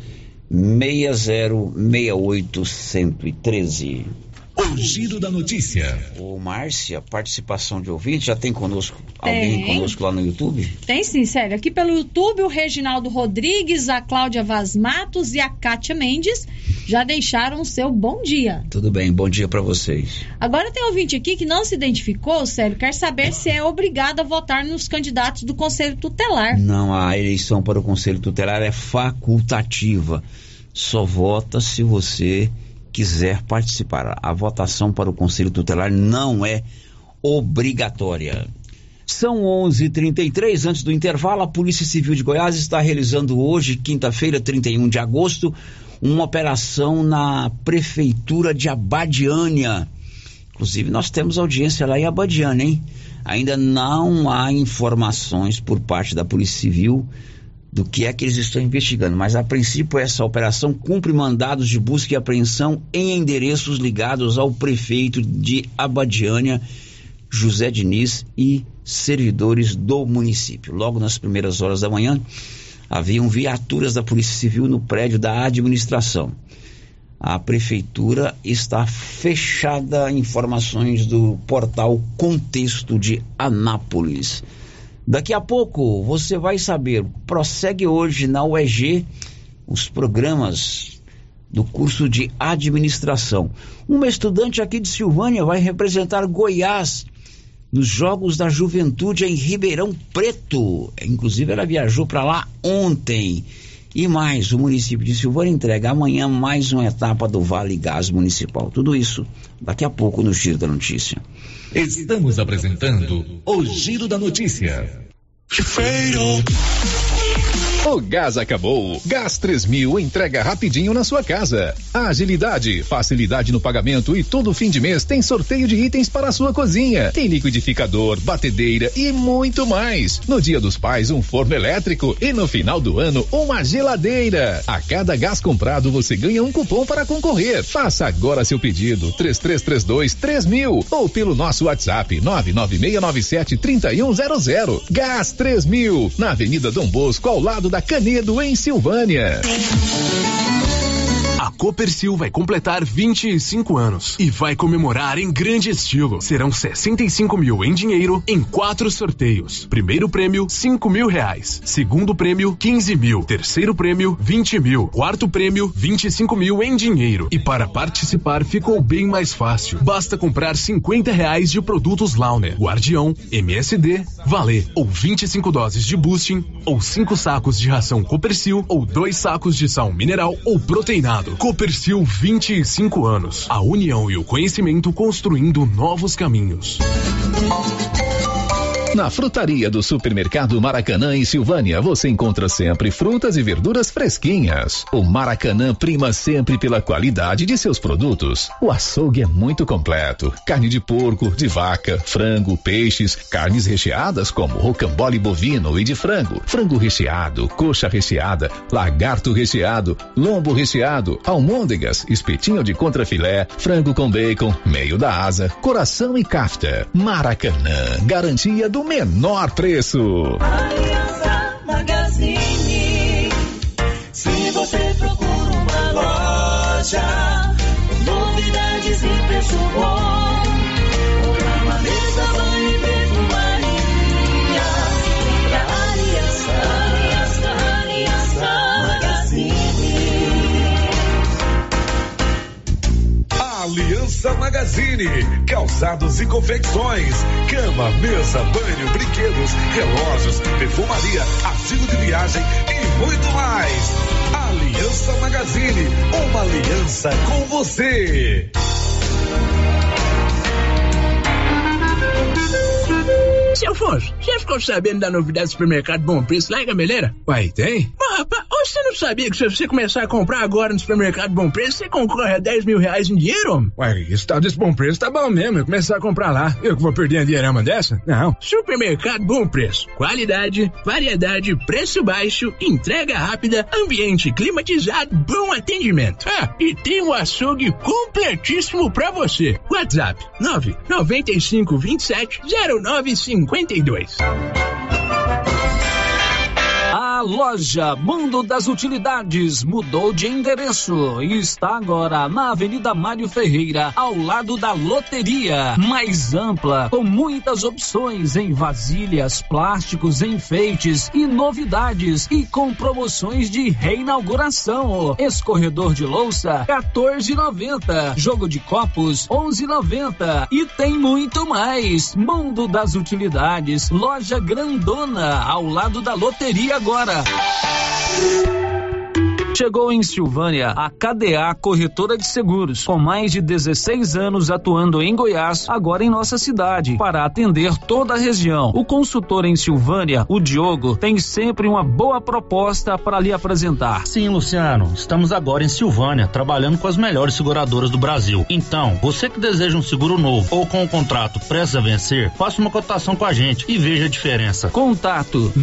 6068 113. O Giro da Notícia. Ô Márcia, participação de ouvinte, já tem conosco alguém conosco lá no YouTube? Tem sim, Célio. Aqui pelo YouTube, o Reginaldo Rodrigues, a Cláudia Vaz Matos e a Kátia Mendes já deixaram o seu bom dia. Tudo bem, bom dia para vocês. Agora tem ouvinte aqui que não se identificou, Célio, quer saber se é obrigado a votar nos candidatos do Conselho Tutelar. Não, a eleição para o Conselho Tutelar é facultativa. Só vota se você quiser participar. A votação para o Conselho Tutelar não é obrigatória. São 11h33, antes do intervalo, a Polícia Civil de Goiás está realizando hoje, quinta-feira, 31 de agosto, uma operação na Prefeitura de Abadiânia. Inclusive, nós temos audiência lá em Abadiânia, hein? Ainda não há informações por parte da Polícia Civil do que é que eles estão investigando, mas a princípio essa operação cumpre mandados de busca e apreensão em endereços ligados ao prefeito de Abadiânia, José Diniz, e servidores do município. Logo nas primeiras horas da manhã, haviam viaturas da Polícia Civil no prédio da administração. A prefeitura está fechada, informações do portal Contexto de Anápolis. Daqui a pouco você vai saber, prossegue hoje na UEG os programas do curso de administração. Uma estudante aqui de Silvânia vai representar Goiás nos Jogos da Juventude em Ribeirão Preto. Inclusive ela viajou para lá ontem. E mais, o município de Silvânia entrega amanhã mais uma etapa do Vale Gás Municipal. Tudo isso daqui a pouco no Giro da Notícia. Estamos apresentando o Giro da Notícia. O gás acabou. Gás 3000 entrega rapidinho na sua casa. Agilidade, facilidade no pagamento e todo fim de mês tem sorteio de itens para a sua cozinha. Tem liquidificador, batedeira e muito mais. No Dia dos Pais, um forno elétrico e no final do ano, uma geladeira. A cada gás comprado, você ganha um cupom para concorrer. Faça agora seu pedido, 3332-3000 ou pelo nosso WhatsApp, 99697-3100. Gás 3000, na Avenida Dom Bosco, ao lado da Canedo, em Silvânia. A Copercil vai completar 25 anos e vai comemorar em grande estilo. Serão 65 mil em dinheiro em 4 sorteios. Primeiro prêmio, 5 mil reais. Segundo prêmio, 15 mil. Terceiro prêmio, 20 mil. Quarto prêmio, 25 mil em dinheiro. E para participar ficou bem mais fácil. Basta comprar 50 reais de produtos Launer, Guardião, MSD, Valer, ou 25 doses de boosting, ou 5 sacos de ração Copercil, ou 2 sacos de sal mineral ou proteinado. Copercil, 25 anos. A união e o conhecimento construindo novos caminhos. Na frutaria do Supermercado Maracanã, em Silvânia, você encontra sempre frutas e verduras fresquinhas. O Maracanã prima sempre pela qualidade de seus produtos. O açougue é muito completo. Carne de porco, de vaca, frango, peixes, carnes recheadas como rocambole bovino e de frango, frango recheado, coxa recheada, lagarto recheado, lombo recheado, almôndegas, espetinho de contrafilé, frango com bacon, meio da asa, coração e kafta. Maracanã, garantia do menor preço. Aliança Magazine. Se você procura uma loja, novidades e preço bom, cama, mesa, banho e perfumaria, pra Aliança Magazine. Aliança Magazine, calçados e confecções, cama, mesa, banho, brinquedos, relógios, perfumaria, artigo de viagem e muito mais. Aliança Magazine, uma aliança com você. Seu Afonso, você ficou sabendo da novidade do supermercado Bom Preço lá em Gameleira? Uai, tem? Mas, rapaz, você não sabia que se você começar a comprar agora no supermercado Bom Preço, você concorre a 10 mil reais em dinheiro, homem? Uai, esse tal desse Bom Preço tá bom mesmo, eu começar a comprar lá. Eu que vou perder a dinheirama dessa? Não. Supermercado Bom Preço. Qualidade, variedade, preço baixo, entrega rápida, ambiente climatizado, bom atendimento. Ah, e tem um açougue completíssimo pra você. WhatsApp 995270952. A loja Mundo das Utilidades mudou de endereço e está agora na Avenida Mário Ferreira, ao lado da loteria. Mais ampla, com muitas opções em vasilhas, plásticos, enfeites e novidades, e com promoções de reinauguração. Escorredor de louça, R$14,90. Jogo de copos, R$11,90. E tem muito mais. Mundo das Utilidades, loja grandona, ao lado da loteria agora. Chegou em Silvânia a KDA Corretora de Seguros, com mais de 16 anos atuando em Goiás, agora em nossa cidade, para atender toda a região. O consultor em Silvânia, o Diogo, tem sempre uma boa proposta para lhe apresentar. Sim, Luciano, estamos agora em Silvânia, trabalhando com as melhores seguradoras do Brasil. Então, você que deseja um seguro novo ou com um contrato prestes a vencer, faça uma cotação com a gente e veja a diferença. Contato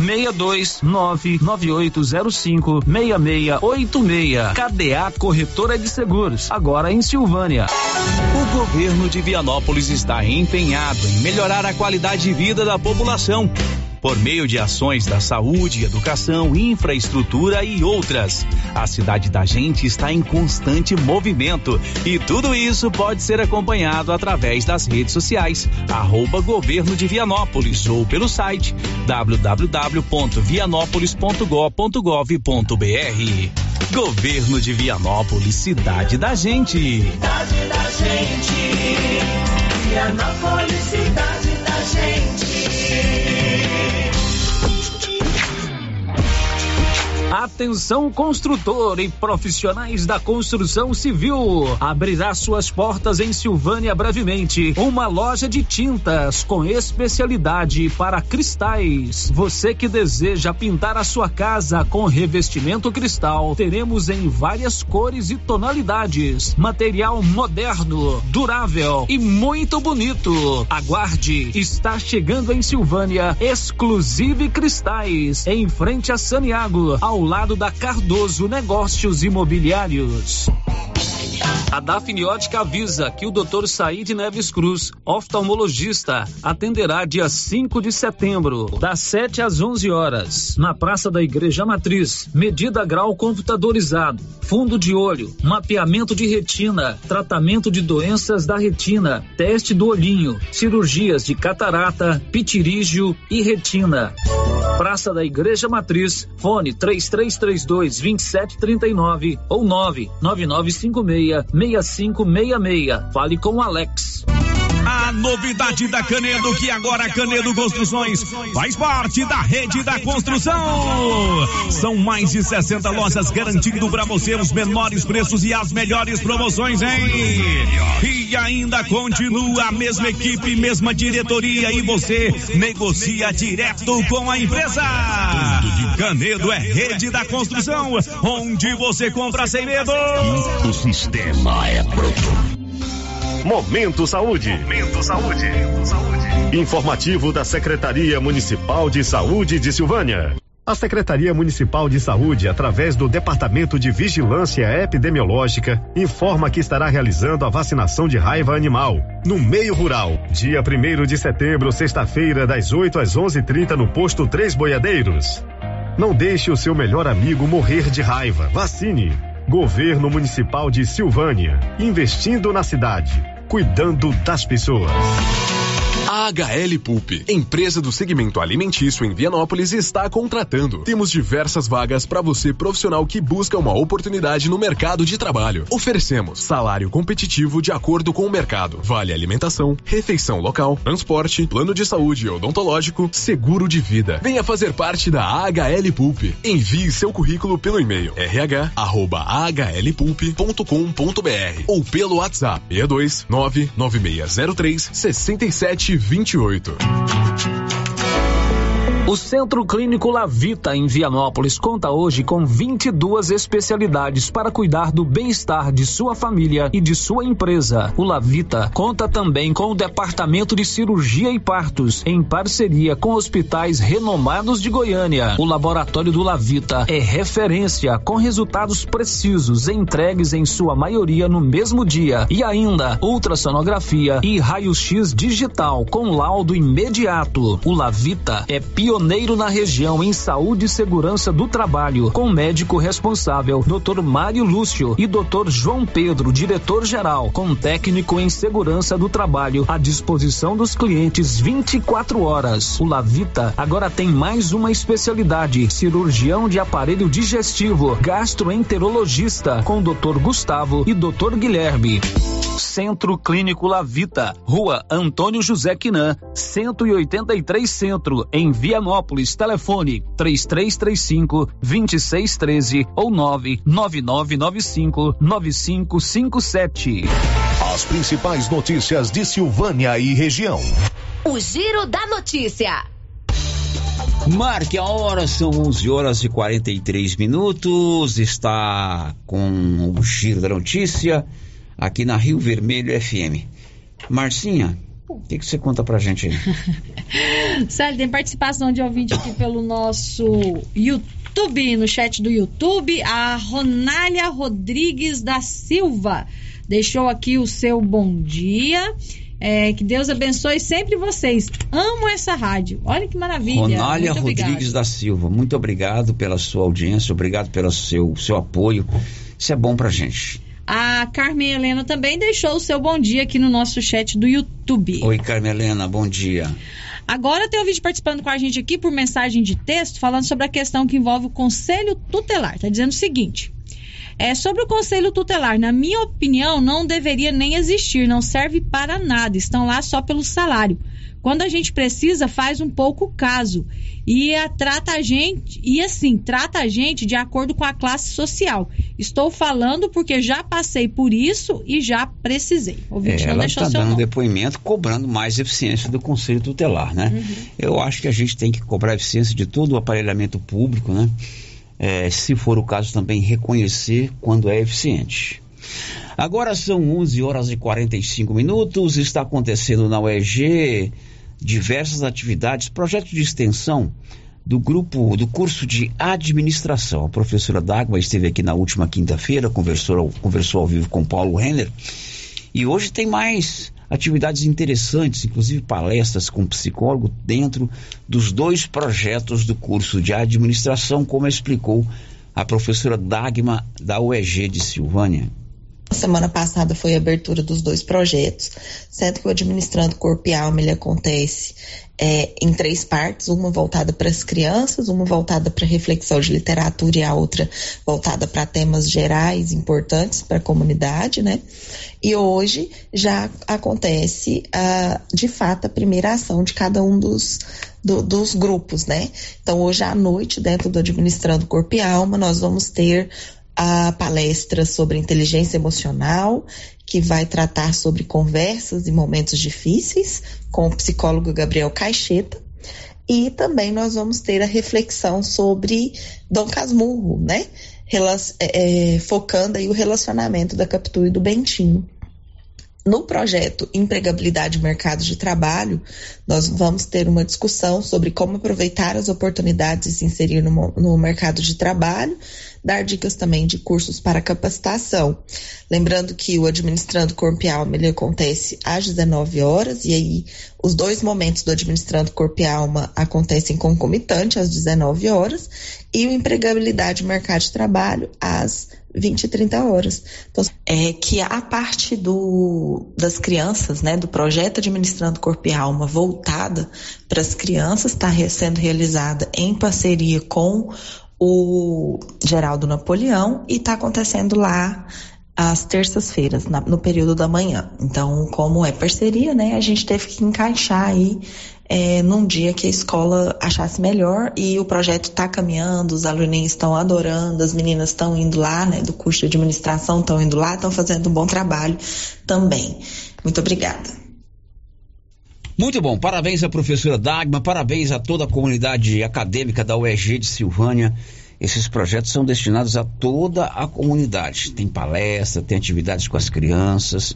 62998056686. KDA Corretora de Seguros, agora em Silvânia. O governo de Vianópolis está empenhado em melhorar a qualidade de vida da população, por meio de ações da saúde, educação, infraestrutura e outras. A cidade da gente está em constante movimento e tudo isso pode ser acompanhado através das redes sociais, @Governo de Vianópolis, ou pelo site www.vianópolis.gov.br. Governo de Vianópolis, cidade da gente. Cidade da gente. Vianópolis, cidade da gente. A Atenção construtor e profissionais da construção civil. Abrirá suas portas em Silvânia brevemente uma loja de tintas com especialidade para cristais. Você que deseja pintar a sua casa com revestimento cristal, teremos em várias cores e tonalidades. Material moderno, durável e muito bonito. Aguarde, está chegando em Silvânia Exclusive Cristais, em frente a Saniago, ao lado da Cardoso Negócios Imobiliários. A Dafniótica avisa que o Dr. Saíde Neves Cruz, oftalmologista, atenderá dia 5 de setembro, das 7 às 11 horas, na Praça da Igreja Matriz. Medida grau computadorizado, fundo de olho, mapeamento de retina, tratamento de doenças da retina, teste do olhinho, cirurgias de catarata, pitirígio e retina. Praça da Igreja Matriz, fone 3332-2739 ou 99956-6566. Fale com o Alex. A novidade da Canedo, que agora a Canedo Construções faz parte da rede da construção. São mais de 60 lojas garantindo para você os menores preços e as melhores promoções, hein? E ainda continua a mesma equipe, mesma diretoria e você negocia direto com a empresa. Canedo é rede da construção, onde você compra sem medo. O sistema é pronto. Momento Saúde. Momento Saúde. Informativo da Secretaria Municipal de Saúde de Silvânia. A Secretaria Municipal de Saúde, através do Departamento de Vigilância Epidemiológica, informa que estará realizando a vacinação de raiva animal no meio rural, dia 1º de setembro, sexta-feira, das 8 às 11h30 no posto 3 Boiadeiros. Não deixe o seu melhor amigo morrer de raiva. Vacine. Governo Municipal de Silvânia, investindo na cidade, cuidando das pessoas. A HL Pulp, empresa do segmento alimentício em Vianópolis, está contratando. Temos diversas vagas para você profissional que busca uma oportunidade no mercado de trabalho. Oferecemos salário competitivo de acordo com o mercado, vale alimentação, refeição local, transporte, plano de saúde odontológico, seguro de vida. Venha fazer parte da HL Pulp. Envie seu currículo pelo e-mail rh@hlpulp.com.br ou pelo WhatsApp 62 99603 6728. O Centro Clínico Lavita, em Vianópolis, conta hoje com 22 especialidades para cuidar do bem-estar de sua família e de sua empresa. O Lavita conta também com o Departamento de Cirurgia e Partos, em parceria com hospitais renomados de Goiânia. O Laboratório do Lavita é referência, com resultados precisos, entregues em sua maioria no mesmo dia. E ainda, ultrassonografia e raio-x digital, com laudo imediato. O Lavita é pioneiro na região em saúde e segurança do trabalho, com médico responsável Dr. Mário Lúcio e Dr. João Pedro, diretor-geral, com técnico em segurança do trabalho à disposição dos clientes 24 horas. O Lavita agora tem mais uma especialidade: cirurgião de aparelho digestivo, gastroenterologista, com Dr. Gustavo e Dr. Guilherme. Centro Clínico Lavita, Rua Antônio José Quinan, 183 Centro, em Vianópolis. Telefone 3335-2613 ou 99995-9557. As principais notícias de Silvânia e região. O Giro da Notícia. Marque a hora, são 11h43. Está com o Giro da Notícia aqui na Rio Vermelho FM. Marcinha, o que você conta pra gente aí? Célio, tem participação de ouvinte aqui pelo nosso YouTube, no chat do YouTube. A Ronália Rodrigues da Silva deixou aqui o seu bom dia. Que Deus abençoe sempre vocês. Amo essa rádio. Olha que maravilha. Ronália Rodrigues da Silva, muito obrigado pela sua audiência, obrigado pelo seu apoio. Isso é bom pra gente. A Carmen Helena também deixou o seu bom dia aqui no nosso chat do YouTube. Oi, Carmen Helena, bom dia. Agora tem um vídeo participando com a gente aqui por mensagem de texto, falando sobre a questão que envolve o Conselho Tutelar. Está dizendo o seguinte: Sobre o Conselho Tutelar, na minha opinião, não deveria nem existir, não serve para nada, estão lá só pelo salário. Quando a gente precisa, faz um pouco caso e trata a gente de acordo com a classe social. Estou falando porque já passei por isso e já precisei. Ela está dando depoimento cobrando mais eficiência do Conselho Tutelar, né? Uhum. Eu acho que a gente tem que cobrar eficiência de todo o aparelhamento público, né? Se for o caso também reconhecer quando é eficiente. Agora são 11h45, está acontecendo na UEG diversas atividades, projeto de extensão do curso de administração. A professora Dagmar esteve aqui na última quinta-feira, conversou ao vivo com Paulo Renner, e hoje tem mais atividades interessantes, inclusive palestras com psicólogo dentro dos 2 projetos do curso de administração, como explicou a professora Dagmar da UEG de Silvânia. Semana passada foi a abertura dos 2 projetos, sendo que o Administrando Corpo e Alma ele acontece em 3 partes, uma voltada para as crianças, uma voltada para reflexão de literatura e a outra voltada para temas gerais importantes para a comunidade, né? E hoje já acontece, de fato, a primeira ação de cada um dos grupos, né? Então, hoje à noite, dentro do Administrando Corpo e Alma, nós vamos ter a palestra sobre inteligência emocional, que vai tratar sobre conversas e momentos difíceis, com o psicólogo Gabriel Caixeta. E também nós vamos ter a reflexão sobre Dom Casmurro, né? Focando aí o relacionamento da Capitu e do Bentinho. No projeto Empregabilidade e Mercado de Trabalho, nós vamos ter uma discussão sobre como aproveitar as oportunidades e se inserir no mercado de trabalho, dar dicas também de cursos para capacitação. Lembrando que o Administrando Corpo e Alma ele acontece às 19 horas, e aí os 2 momentos do Administrando Corpo e Alma acontecem concomitante às 19 horas, e o Empregabilidade e Mercado de Trabalho às 20 e 30 horas. Então, que a parte das crianças, né, do projeto Administrando Corpo e Alma voltada para as crianças, está sendo realizada em parceria com o Geraldo Napoleão e está acontecendo lá às terças-feiras, no período da manhã. Então, como é parceria, né, a gente teve que encaixar aí num dia que a escola achasse melhor, e o projeto está caminhando, os aluninhos estão adorando, as meninas estão indo lá, né, do curso de administração, estão indo lá, estão fazendo um bom trabalho também. Muito obrigada. Muito bom, parabéns à professora Dagmar, parabéns a toda a comunidade acadêmica da UEG de Silvânia. Esses projetos são destinados a toda a comunidade. Tem palestra, tem atividades com as crianças,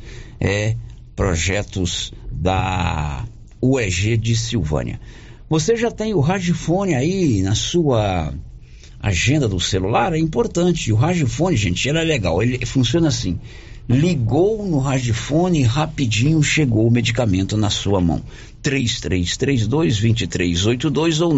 projetos da UEG de Silvânia. Você já tem o radiofone aí na sua agenda do celular? É importante. O radiofone, gente, ele é legal. Ele funciona assim. Ligou no radiofone, rapidinho chegou o medicamento na sua mão. 3332-2382 ou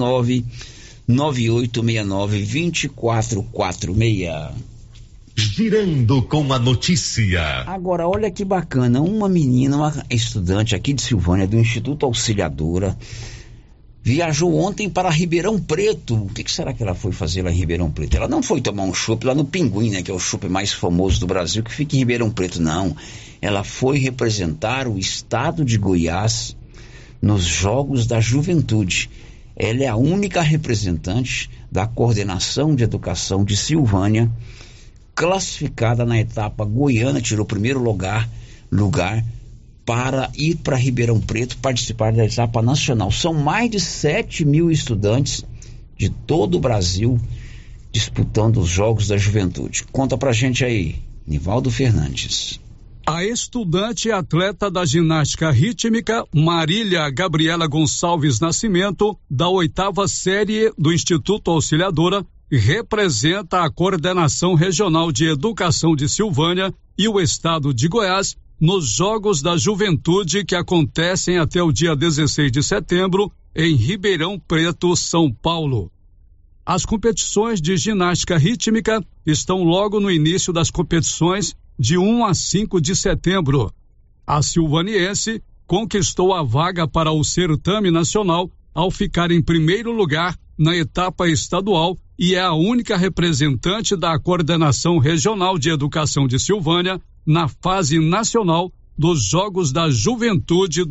99869-2446. Girando com a notícia. Agora, olha que bacana. Uma menina, uma estudante aqui de Silvânia, do Instituto Auxiliadora, viajou ontem para Ribeirão Preto. O que será que ela foi fazer lá em Ribeirão Preto? Ela não foi tomar um chopp lá no Pinguim, né, que é o chopp mais famoso do Brasil, que fica em Ribeirão Preto, não. Ela foi representar o estado de Goiás nos Jogos da Juventude. Ela é a única representante da Coordenação de Educação de Silvânia, classificada na etapa goiana, tirou o primeiro lugar para ir para Ribeirão Preto participar da etapa nacional. São mais de 7 mil estudantes de todo o Brasil disputando os Jogos da Juventude. Conta pra gente aí, Nivaldo Fernandes. A estudante e atleta da ginástica rítmica Marília Gabriela Gonçalves Nascimento, da 8ª série do Instituto Auxiliadora, representa a Coordenação Regional de Educação de Silvânia e o Estado de Goiás nos Jogos da Juventude, que acontecem até o dia 16 de setembro em Ribeirão Preto, São Paulo. As competições de ginástica rítmica estão logo no início das competições de 1 a 5 de setembro. A silvaniense conquistou a vaga para o certame nacional ao ficar em primeiro lugar na etapa estadual e é a única representante da Coordenação Regional de Educação de Silvânia na fase nacional dos Jogos da Juventude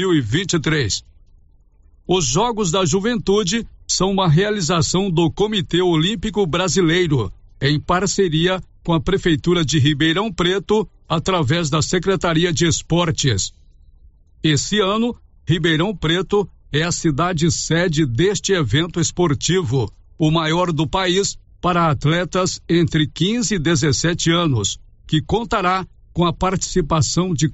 2023. Os Jogos da Juventude são uma realização do Comitê Olímpico Brasileiro, em parceria com a Prefeitura de Ribeirão Preto, através da Secretaria de Esportes. Esse ano, Ribeirão Preto é a cidade sede deste evento esportivo, o maior do país para atletas entre 15 e 17 anos, que contará com a participação de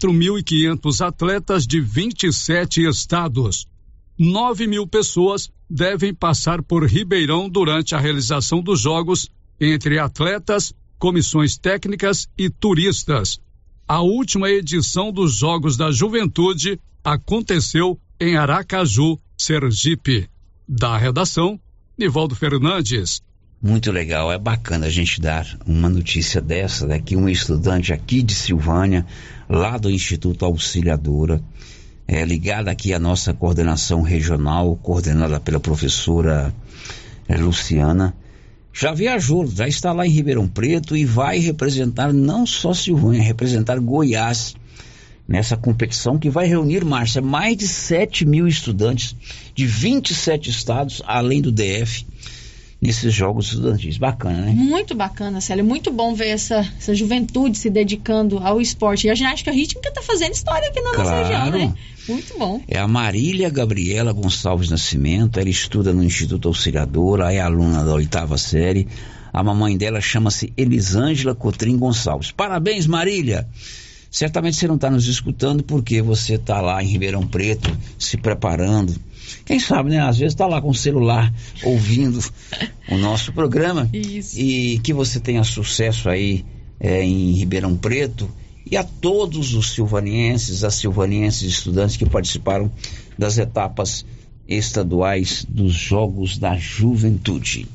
4.500 atletas de 27 estados. 9.000 pessoas devem passar por Ribeirão durante a realização dos Jogos, entre atletas, comissões técnicas e turistas. A última edição dos Jogos da Juventude aconteceu em Aracaju, Sergipe. Da redação, Nivaldo Fernandes. Muito legal, é bacana a gente dar uma notícia dessa, né? Que um estudante aqui de Silvânia, lá do Instituto Auxiliadora, ligada aqui à nossa coordenação regional, coordenada pela professora Luciana, já viajou, já está lá em Ribeirão Preto e vai representar não só Silvânia, representar Goiás nessa competição que vai reunir, Márcia, mais de 7.000 estudantes de 27 estados, além do DF, nesses jogos estudantis. Bacana, né? Muito bacana, Célia. Muito bom ver essa juventude se dedicando ao esporte. E a ginástica rítmica está fazendo história aqui na nossa região, né? Muito bom. É a Marília Gabriela Gonçalves Nascimento, ela estuda no Instituto Auxiliadora, é aluna da 8ª série. A mamãe dela chama-se Elisângela Cotrim Gonçalves. Parabéns, Marília! Certamente você não está nos escutando porque você está lá em Ribeirão Preto se preparando. Quem sabe, né? Às vezes está lá com o celular ouvindo o nosso programa. Isso. E que você tenha sucesso aí em Ribeirão Preto e a todos os silvanienses, as silvanienses estudantes que participaram das etapas estaduais dos Jogos da Juventude.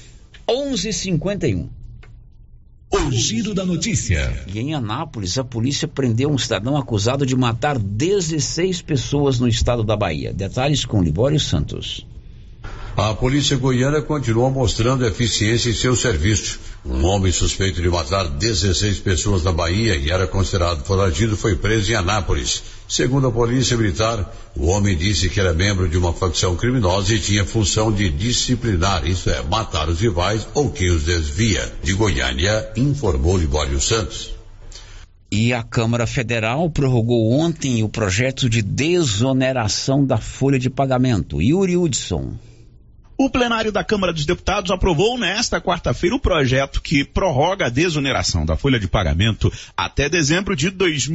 11h51. O giro da notícia. E em Anápolis, a polícia prendeu um cidadão acusado de matar 16 pessoas no estado da Bahia. Detalhes com Libório Santos. A polícia goiana continua mostrando eficiência em seu serviço. Um homem suspeito de matar 16 pessoas na Bahia e era considerado foragido foi preso em Anápolis. Segundo a polícia militar, o homem disse que era membro de uma facção criminosa e tinha função de disciplinar, isso é, matar os rivais ou quem os desvia. De Goiânia, informou Libório Santos. E a Câmara Federal prorrogou ontem o projeto de desoneração da folha de pagamento. Yuri Hudson. O plenário da Câmara dos Deputados aprovou nesta quarta-feira o projeto que prorroga a desoneração da folha de pagamento até dezembro de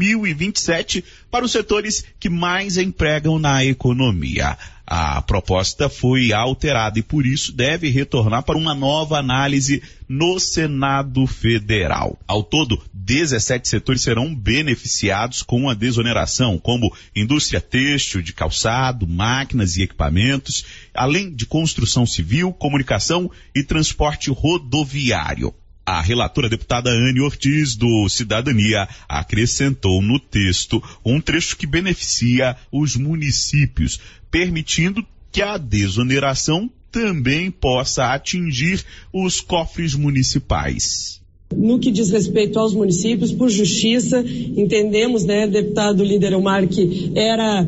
2027 para os setores que mais empregam na economia. A proposta foi alterada e, por isso, deve retornar para uma nova análise no Senado Federal. Ao todo, 17 setores serão beneficiados com a desoneração, como indústria têxtil, de calçado, máquinas e equipamentos, além de construção civil, comunicação e transporte rodoviário. A relatora deputada Anne Ortiz, do Cidadania, acrescentou no texto um trecho que beneficia os municípios, permitindo que a desoneração também possa atingir os cofres municipais. No que diz respeito aos municípios, por justiça, entendemos, né, deputado líder Elmar, que era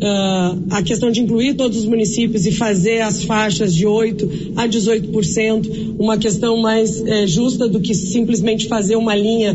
a questão de incluir todos os municípios e fazer as faixas de 8% a 18%, uma questão mais justa do que simplesmente fazer uma linha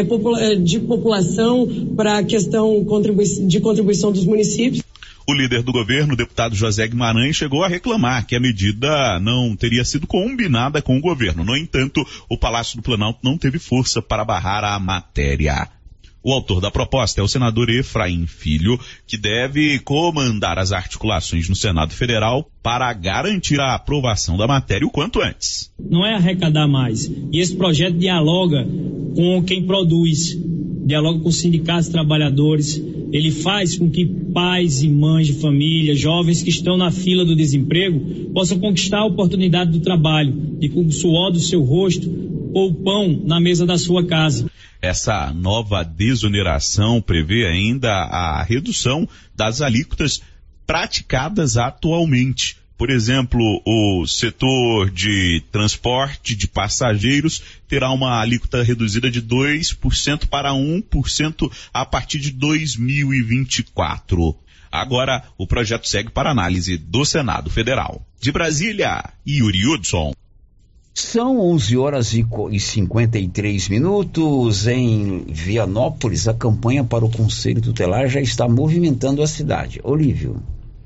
de população para a questão de contribuição dos municípios. O líder do governo, o deputado José Guimarães, chegou a reclamar que a medida não teria sido combinada com o governo. No entanto, o Palácio do Planalto não teve força para barrar a matéria. O autor da proposta é o senador Efraim Filho, que deve comandar as articulações no Senado Federal para garantir a aprovação da matéria o quanto antes. Não é arrecadar mais. E esse projeto dialoga com quem produz, dialoga com os sindicatos trabalhadores. Ele faz com que pais e mães de família, jovens que estão na fila do desemprego, possam conquistar a oportunidade do trabalho e com o suor do seu rosto pôr o pão na mesa da sua casa. Essa nova desoneração prevê ainda a redução das alíquotas praticadas atualmente. Por exemplo, o setor de transporte de passageiros terá uma alíquota reduzida de 2% para 1% a partir de 2024. Agora, o projeto segue para análise do Senado Federal. De Brasília, Yuri Hudson. São 11h53. Em Vianópolis, a campanha para o Conselho Tutelar já está movimentando a cidade. Olívio.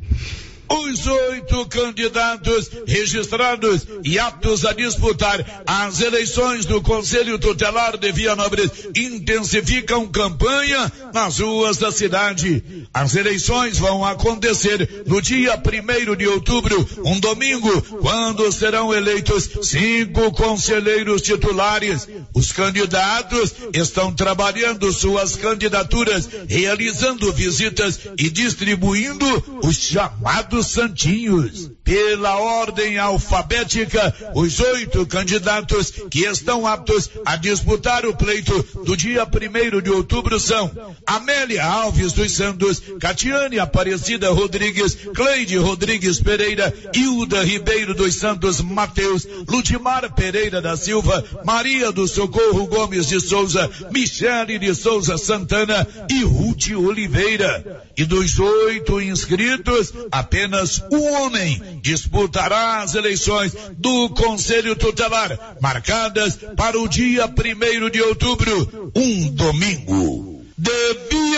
Os 8 candidatos registrados e aptos a disputar as eleições do Conselho Tutelar de Vianópolis intensificam campanha nas ruas da cidade. As eleições vão acontecer no dia 1º de outubro, um domingo, quando serão eleitos 5 conselheiros titulares. Os candidatos estão trabalhando suas candidaturas, realizando visitas e distribuindo os chamados santinhos. Pela ordem alfabética, os 8 candidatos que estão aptos a disputar o pleito do dia 1º de outubro são Amélia Alves dos Santos, Catiane Aparecida Rodrigues, Cleide Rodrigues Pereira, Hilda Ribeiro dos Santos Mateus, Ludimar Pereira da Silva, Maria do Socorro Gomes de Souza, Michele de Souza Santana e Ruth Oliveira. E dos 8 inscritos, apenas um homem disputará as eleições do Conselho Tutelar, marcadas para o dia 1º de outubro, um domingo. De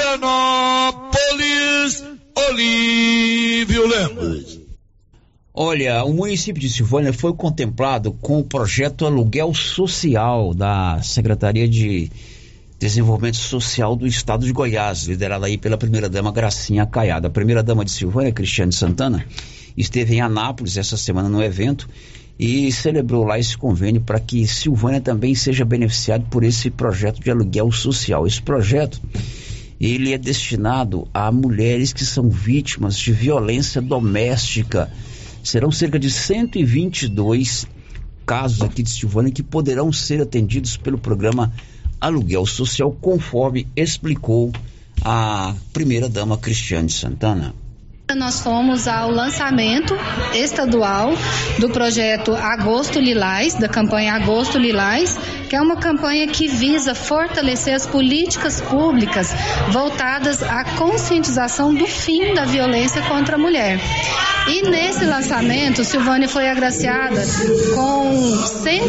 Vianópolis, Olívio Lemos. Olha, o município de Silvânia foi contemplado com o projeto Aluguel Social da Secretaria de Desenvolvimento Social do Estado de Goiás, liderada aí pela primeira-dama Gracinha Caiado. A primeira-dama de Silvânia, Cristiane Santana, esteve em Anápolis essa semana no evento e celebrou lá esse convênio para que Silvânia também seja beneficiado por esse projeto de aluguel social. Esse projeto, ele é destinado a mulheres que são vítimas de violência doméstica. Serão cerca de 122 casos aqui de Silvânia que poderão ser atendidos pelo programa Aluguel Social, conforme explicou a primeira-dama Cristiane Santana. Nós fomos ao lançamento estadual do projeto Agosto Lilás, da campanha Agosto Lilás, que é uma campanha que visa fortalecer as políticas públicas voltadas à conscientização do fim da violência contra a mulher. E nesse lançamento, Silvânia foi agraciada com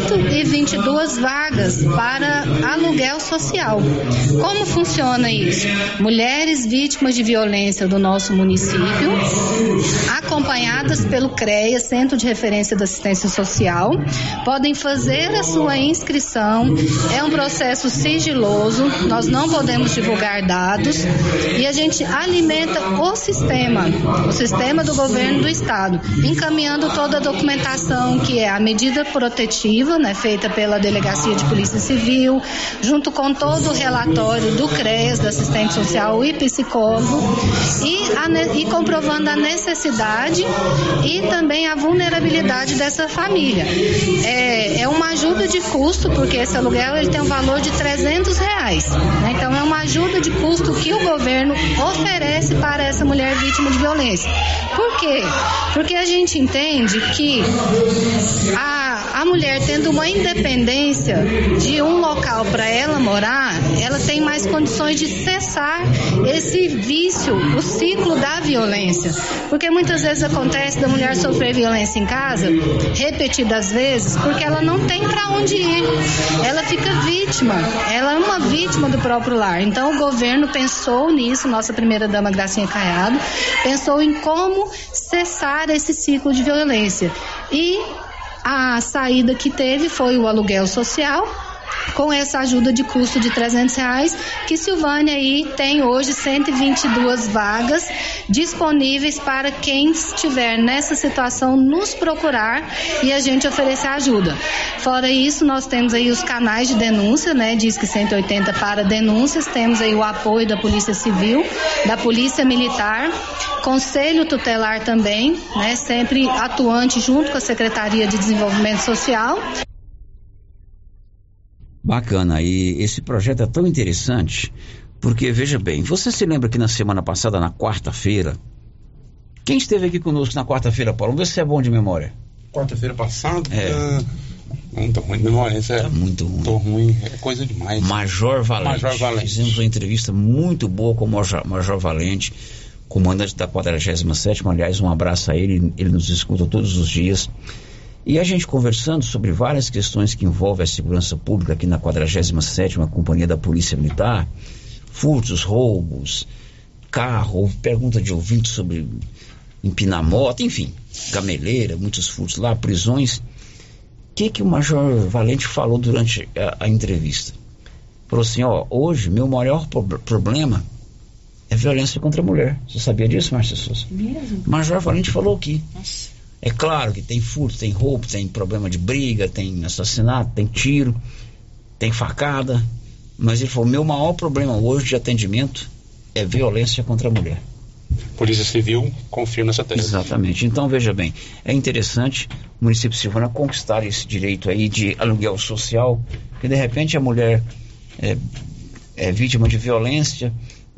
122 vagas para aluguel social. Como funciona isso? Mulheres vítimas de violência do nosso município, acompanhadas pelo CREA, Centro de Referência da Assistência Social, podem fazer a sua inscrição. É um processo sigiloso, nós não podemos divulgar dados e a gente alimenta o sistema do governo do Estado, encaminhando toda a documentação que é a medida protetiva, né, feita pela Delegacia de Polícia Civil, junto com todo o relatório do CRES, da assistente social e psicólogo, e comprovando a necessidade e também a vulnerabilidade dessa família. É uma ajuda de custo, porque esse aluguel ele tem um valor de R$300, né? Então é uma ajuda de custo que o governo oferece para essa mulher vítima de violência. Por quê? Porque a gente entende que a mulher tendo uma independência de um local para ela morar, ela tem mais condições de cessar esse vício, o ciclo da violência. Porque muitas vezes acontece da mulher sofrer violência em casa, repetidas vezes, porque ela não tem para onde ir. Ela fica vítima, ela é uma vítima do próprio lar. Então o governo pensou nisso, nossa primeira-dama Gracinha Caiado, pensou em como cessar esse ciclo de violência. E a saída que teve foi o aluguel social, com essa ajuda de custo de R$300, que Silvânia aí tem hoje 122 vagas disponíveis para quem estiver nessa situação nos procurar e a gente oferecer ajuda. Fora isso, nós temos aí os canais de denúncia, né? Disque 180 para denúncias, temos aí o apoio da Polícia Civil, da Polícia Militar, Conselho Tutelar também, né? Sempre atuante junto com a Secretaria de Desenvolvimento Social. Bacana, e esse projeto é tão interessante, porque veja bem, você se lembra que na semana passada, na quarta-feira, Quem esteve aqui conosco na quarta-feira, Paulo? Vamos ver se é bom de memória. Quarta-feira passada? Não tô muito de memória. Tá muito ruim. Tô ruim, é coisa demais. Major Valente. Fizemos uma entrevista muito boa com o Major Valente, comandante da 47ª. Aliás, um abraço a ele. Ele nos escuta todos os dias. E a gente conversando sobre várias questões que envolvem a segurança pública aqui na 47ª Companhia da Polícia Militar. Furtos, roubos, carro, pergunta de ouvinte sobre empinar moto, enfim, gameleira, muitos furtos lá, prisões. O que o Major Valente falou durante a entrevista? Falou assim, hoje meu maior problema é violência contra a mulher. Você sabia disso, Márcia Souza? Mesmo? O Major Valente falou aqui. Nossa. É claro que tem furto, tem roubo, tem problema de briga, tem assassinato, tem tiro, tem facada, mas ele falou, meu maior problema hoje de atendimento é violência contra a mulher. Polícia Civil confirma essa tese. Exatamente. Então, veja bem, é interessante o município de Silvânia conquistar esse direito aí de aluguel social, que de repente a mulher é vítima de violência,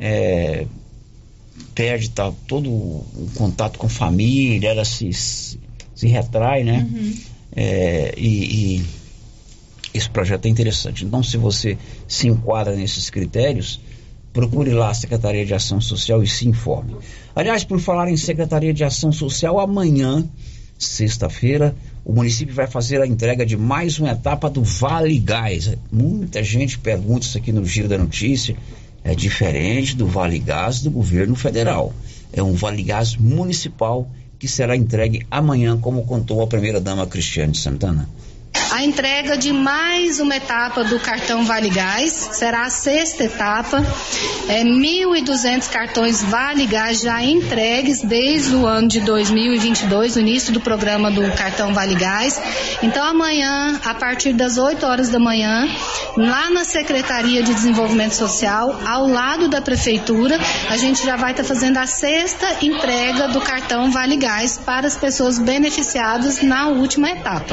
perde todo o contato com família, ela se retrai, né? Uhum. E esse projeto é interessante. Então, se você se enquadra nesses critérios, procure lá a Secretaria de Ação Social e se informe. Aliás, por falar em Secretaria de Ação Social, amanhã, sexta-feira, o município vai fazer a entrega de mais uma etapa do Vale Gás. Muita gente pergunta isso aqui no Giro da Notícia. É diferente do Vale Gás do governo federal. É um Vale Gás municipal que será entregue amanhã, como contou a primeira-dama Cristiane Santana. A entrega de mais uma etapa do cartão Vale Gás será a sexta etapa. 1.200 cartões Vale Gás já entregues desde o ano de 2022, o início do programa do cartão Vale Gás. Então amanhã, a partir das 8 horas da manhã, lá na Secretaria de Desenvolvimento Social, ao lado da Prefeitura, a gente já vai estar fazendo a sexta entrega do cartão Vale Gás para as pessoas beneficiadas na última etapa.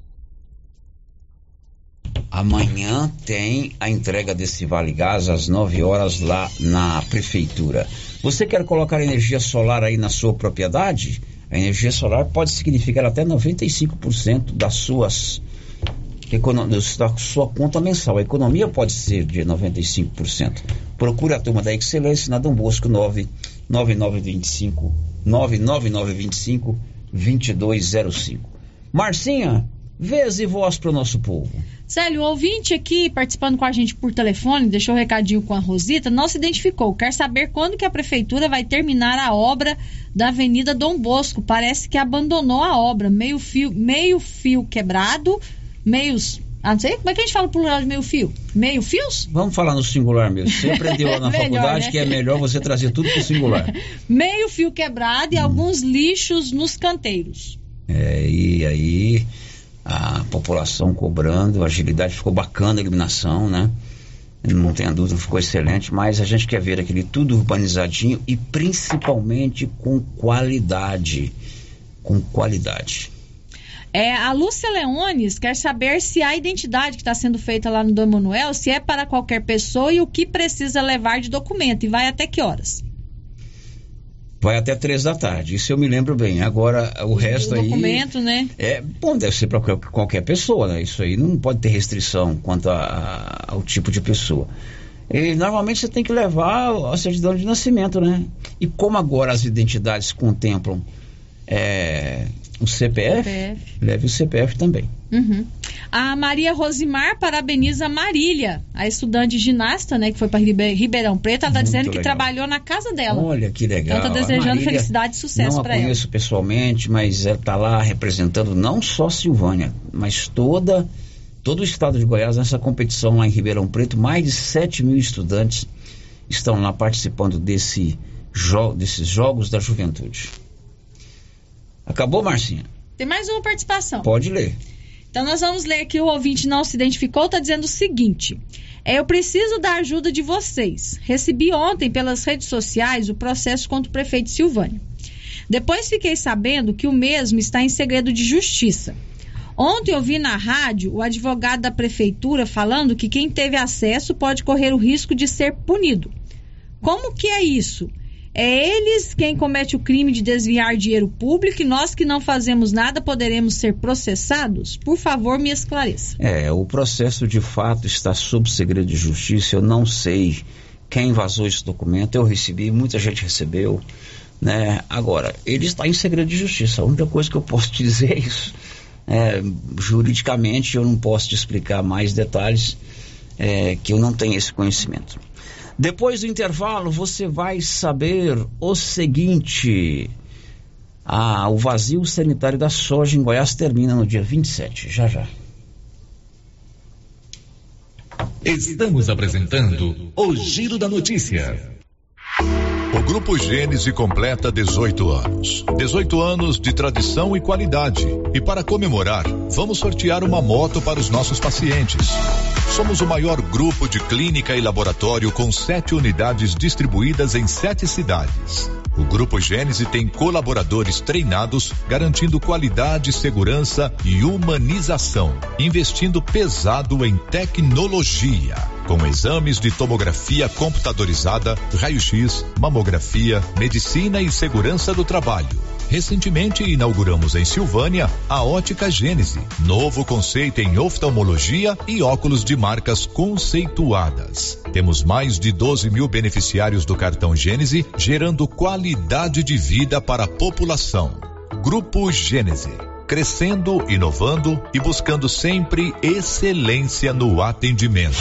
Amanhã tem a entrega desse Vale Gás às 9 horas lá na Prefeitura. Você quer colocar energia solar aí na sua propriedade? A energia solar pode significar até 95% da sua conta mensal. A economia pode ser de 95%. Procure a turma da Excelência na Dom Bosco 99925-2205. Marcinha, vez e voz para o nosso povo. Célio, o ouvinte aqui participando com a gente por telefone, deixou um recadinho com a Rosita, não se identificou. Quer saber quando que a prefeitura vai terminar a obra da Avenida Dom Bosco. Parece que abandonou a obra. Meio fio quebrado, meios... não sei, como é que a gente fala plural de meio fio? Meio fios? Vamos falar no singular mesmo. Você aprendeu lá na melhor, faculdade, né? Que é melhor você trazer tudo pro singular. Meio fio quebrado e alguns lixos nos canteiros. E aí... a população cobrando, a agilidade ficou bacana, a iluminação, né? Não tenha dúvida, ficou excelente, mas a gente quer ver aquele tudo urbanizadinho e principalmente com qualidade. A Lúcia Leones quer saber se a identidade que está sendo feita lá no Dom Emanuel, se é para qualquer pessoa e o que precisa levar de documento, e vai até que horas? Vai até 3 da tarde, isso eu me lembro bem. Agora, o resto aí... documento, né? Deve ser para qualquer pessoa, né? Isso aí não pode ter restrição quanto ao tipo de pessoa. E, normalmente você tem que levar a certidão de nascimento, né? E como agora as identidades contemplam o CPF, leve o CPF também. Uhum. A Maria Rosimar parabeniza a Marília, a estudante ginasta, né, que foi para Ribeirão Preto. Ela está dizendo que trabalhou na casa dela. Olha que legal. Ela está desejando felicidade e sucesso para ela. Não a conheço pessoalmente, mas ela está lá representando não só Silvânia, mas todo o estado de Goiás nessa competição lá em Ribeirão Preto. Mais de 7 mil estudantes estão lá participando desses Jogos da Juventude. Acabou, Marcinha? Tem mais uma participação. Pode ler. Então nós vamos ler aqui, o ouvinte não se identificou, está dizendo o seguinte: eu preciso da ajuda de vocês. Recebi ontem pelas redes sociais o processo contra o prefeito de Silvânia. Depois fiquei sabendo que o mesmo está em segredo de justiça. Ontem eu vi na rádio o advogado da prefeitura falando que quem teve acesso pode correr o risco de ser punido. Como que é isso? É eles quem comete o crime de desviar dinheiro público e nós que não fazemos nada poderemos ser processados? Por favor, me esclareça. O processo de fato está sob segredo de justiça. Eu não sei quem vazou esse documento. Eu recebi, muita gente recebeu, né? Agora, ele está em segredo de justiça. A única coisa que eu posso te dizer é isso. Juridicamente eu não posso te explicar mais detalhes, que eu não tenho esse conhecimento. Depois do intervalo você vai saber o seguinte: o vazio sanitário da soja em Goiás termina no dia 27, já. Estamos apresentando o Giro da Notícia. O Grupo Gênese completa 18 anos. 18 anos de tradição e qualidade. E para comemorar, vamos sortear uma moto para os nossos pacientes. Somos o maior grupo de clínica e laboratório com 7 unidades distribuídas em 7 cidades. O Grupo Gênese tem colaboradores treinados, garantindo qualidade, segurança e humanização, investindo pesado em tecnologia, com exames de tomografia computadorizada, raio-x, mamografia, medicina e segurança do trabalho. Recentemente inauguramos em Silvânia a Ótica Gênese, novo conceito em oftalmologia e óculos de marcas conceituadas. Temos mais de 12 mil beneficiários do cartão Gênese, gerando qualidade de vida para a população. Grupo Gênese, crescendo, inovando e buscando sempre excelência no atendimento.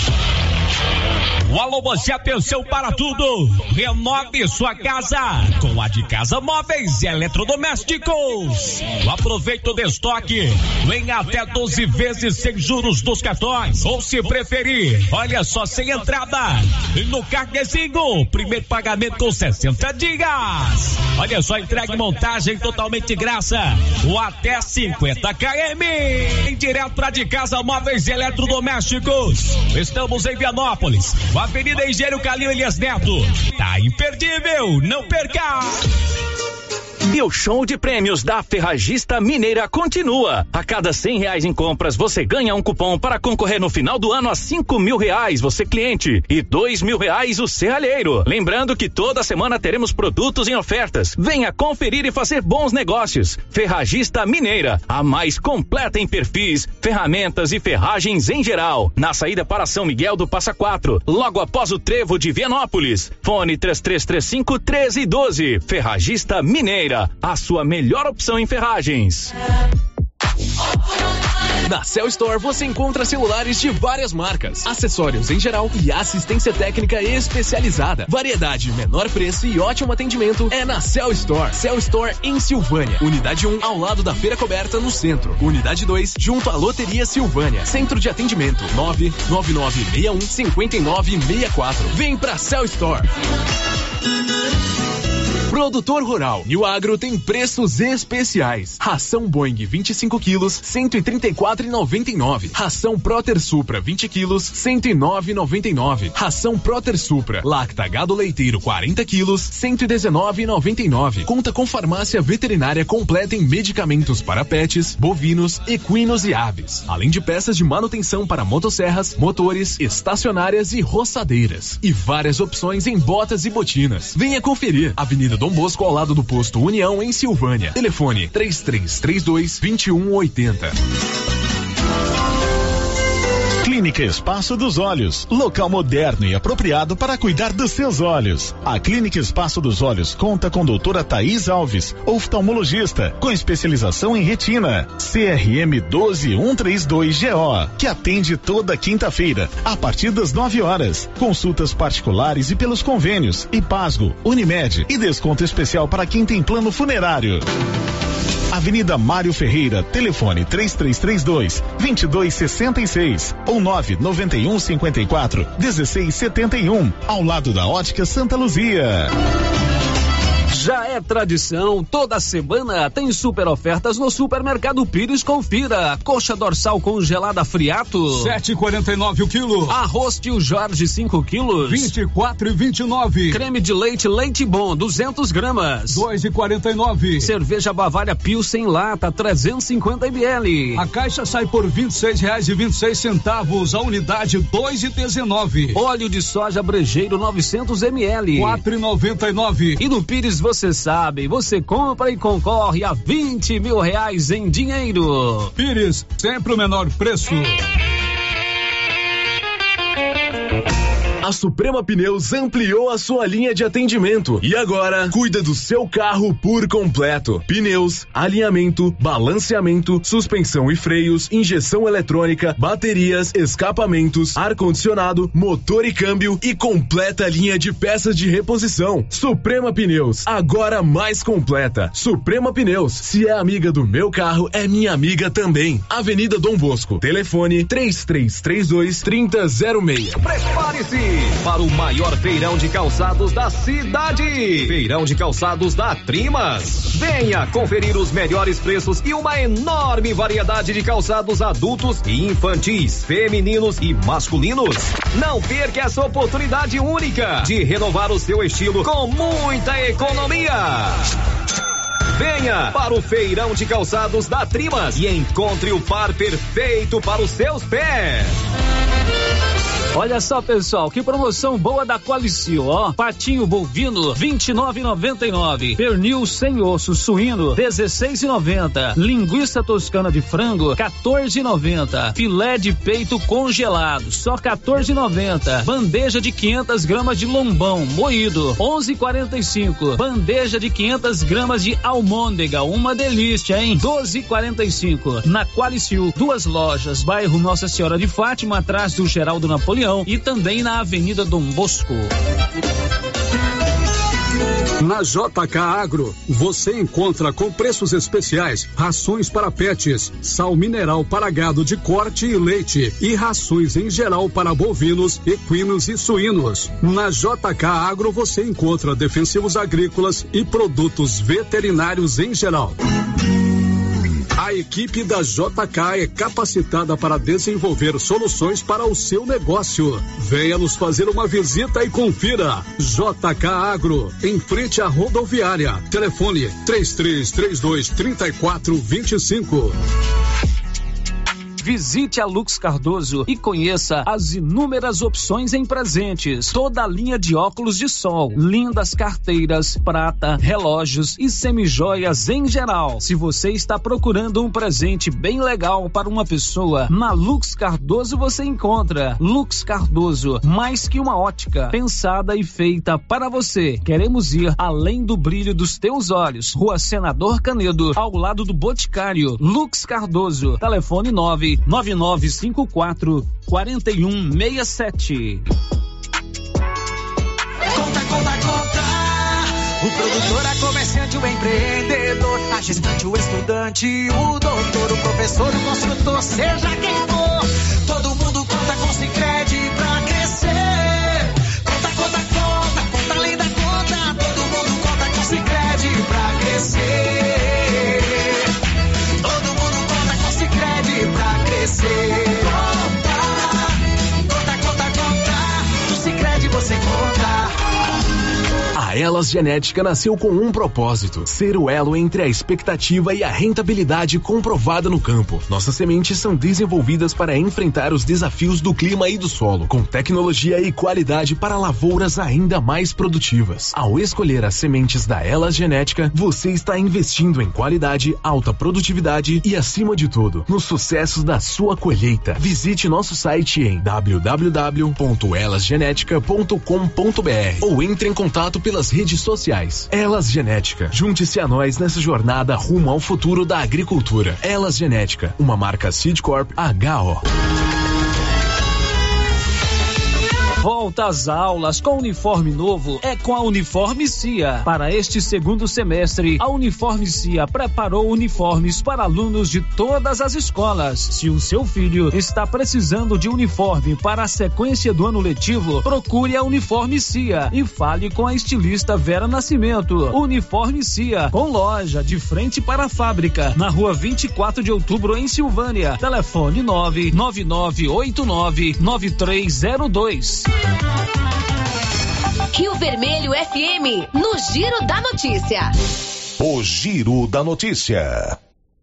O Alô Você, atenção para tudo. Renove sua casa com a de Casa Móveis e Eletrodomésticos. Aproveite o estoque em até 12 vezes sem juros dos cartões. Ou se preferir, olha só, sem entrada no carnezinho. Primeiro pagamento com 60 dias. Olha só, entrega e montagem totalmente de graça. Ou até 50 km. Em direto para de Casa Móveis e Eletrodomésticos. Estamos em Vianópolis, Avenida Engenheiro Calil Elias Neto. Tá imperdível, não perca! E o show de prêmios da Ferragista Mineira continua. A cada R$100 em compras, você ganha um cupom para concorrer no final do ano a R$5.000, você cliente, e R$2.000 o serralheiro. Lembrando que toda semana teremos produtos em ofertas. Venha conferir e fazer bons negócios. Ferragista Mineira, a mais completa em perfis, ferramentas e ferragens em geral. Na saída para São Miguel do Passa Quatro, logo após o trevo de Vianópolis. Fone 3335-1312. Ferragista Mineira, a sua melhor opção em ferragens. Na Cell Store você encontra celulares de várias marcas, acessórios em geral e assistência técnica especializada. Variedade, menor preço e ótimo atendimento é na Cell Store. Cell Store em Silvânia. Unidade 1 ao lado da Feira Coberta no centro. Unidade 2 junto à Loteria Silvânia. Centro de atendimento 99961-5964. Vem pra Cell Store. Produtor Rural. New Agro tem preços especiais. Ração Boeing 25 quilos, R$134,99. Ração Proter Supra 20 quilos, R$109,99. Ração Proter Supra Lacta Gado Leiteiro 40 quilos, R$119,99. Conta com farmácia veterinária completa em medicamentos para pets, bovinos, equinos e aves. Além de peças de manutenção para motosserras, motores, estacionárias e roçadeiras. E várias opções em botas e botinas. Venha conferir. Avenida Dom Bosco ao lado do posto União em Silvânia. Telefone 3332-2180. Clínica Espaço dos Olhos, local moderno e apropriado para cuidar dos seus olhos. A Clínica Espaço dos Olhos conta com doutora Thaís Alves, oftalmologista, com especialização em retina, CRM 12132GO, que atende toda quinta-feira, a partir das 9 horas. Consultas particulares e pelos convênios, IPASGO, Unimed e desconto especial para quem tem plano funerário. Avenida Mário Ferreira, telefone 3332-2266 ou 99154-1671, ao lado da Ótica Santa Luzia. Já é tradição, toda semana tem super ofertas no Supermercado Pires. Confira: coxa dorsal congelada Friato 7,49 o quilo. Arroz Tio Jorge 5 quilos 24,29. Creme de leite Leite Bom 200 gramas 2,49. Cerveja Bavária Pilsen lata 350 ml. A caixa sai por R$26,26, a unidade 2,19. Óleo de soja Brejeiro 900 ml 4,99. E no Pires, você sabe, você compra e concorre a R$20 mil em dinheiro. Pires, sempre o menor preço. A Suprema Pneus ampliou a sua linha de atendimento e agora cuida do seu carro por completo. Pneus, alinhamento, balanceamento, suspensão e freios, injeção eletrônica, baterias, escapamentos, ar-condicionado, motor e câmbio e completa linha de peças de reposição. Suprema Pneus, agora mais completa. Suprema Pneus, se é amiga do meu carro, é minha amiga também. Avenida Dom Bosco, telefone 3332-3006. Prepare-se para o maior feirão de calçados da cidade. Feirão de calçados da Trimas. Venha conferir os melhores preços e uma enorme variedade de calçados adultos e infantis, femininos e masculinos. Não perca essa oportunidade única de renovar o seu estilo com muita economia. Venha para o Feirão de Calçados da Trimas e encontre o par perfeito para os seus pés. Olha só, pessoal, que promoção boa da Qualicil, ó. Patinho bovino, R$29,99. Pernil sem osso suíno, R$16,90. Linguiça toscana de frango, R$14,90. Filé de peito congelado, só R$14,90. Bandeja de 500 gramas de lombão moído, R$11,45. Bandeja de 500 gramas de almôndega, uma delícia, hein? R$12,45. Na Qualicil, 2 lojas, bairro Nossa Senhora de Fátima, atrás do Geraldo Napoleão, e também na Avenida Dom Bosco. Na JK Agro, você encontra com preços especiais rações para pets, sal mineral para gado de corte e leite e rações em geral para bovinos, equinos e suínos. Na JK Agro você encontra defensivos agrícolas e produtos veterinários em geral. A equipe da JK é capacitada para desenvolver soluções para o seu negócio. Venha nos fazer uma visita e confira. JK Agro, em frente à rodoviária. Telefone 3332-3425. Visite a Lux Cardoso e conheça as inúmeras opções em presentes. Toda a linha de óculos de sol, lindas carteiras, prata, relógios e semijoias em geral. Se você está procurando um presente bem legal para uma pessoa, na Lux Cardoso você encontra. Lux Cardoso, mais que uma ótica, pensada e feita para você. Queremos ir além do brilho dos teus olhos. Rua Senador Canedo, ao lado do Boticário. Lux Cardoso, telefone 99954-4167. Conta. O produtor, a comerciante, o empreendedor, a gestante, o estudante, o doutor, o professor, o construtor, seja quem for, todo mundo conta com Sicredi pra crescer. Conta além da conta, todo mundo conta com Sicredi pra crescer. Todo mundo conta com Sicredi pra crescer. Conta, no Sicredi você conta. A Elas Genética nasceu com um propósito: ser o elo entre a expectativa e a rentabilidade comprovada no campo. Nossas sementes são desenvolvidas para enfrentar os desafios do clima e do solo, com tecnologia e qualidade para lavouras ainda mais produtivas. Ao escolher as sementes da Elas Genética, você está investindo em qualidade, alta produtividade e, acima de tudo, no sucesso da sua colheita. Visite nosso site em www.elasgenetica.com.br ou entre em contato pelas redes sociais. Elas Genética. Junte-se a nós nessa jornada rumo ao futuro da agricultura. Elas Genética, uma marca Seed Corp HO. Volta às aulas com uniforme novo é com a Uniforme Cia. Para este segundo semestre, a Uniforme Cia preparou uniformes para alunos de todas as escolas. Se o seu filho está precisando de uniforme para a sequência do ano letivo, procure a Uniforme Cia e fale com a estilista Vera Nascimento. Uniforme Cia, com loja de frente para a fábrica, na rua 24 de outubro, em Silvânia. Telefone 999899302. Rio Vermelho FM, no Giro da Notícia. O Giro da Notícia.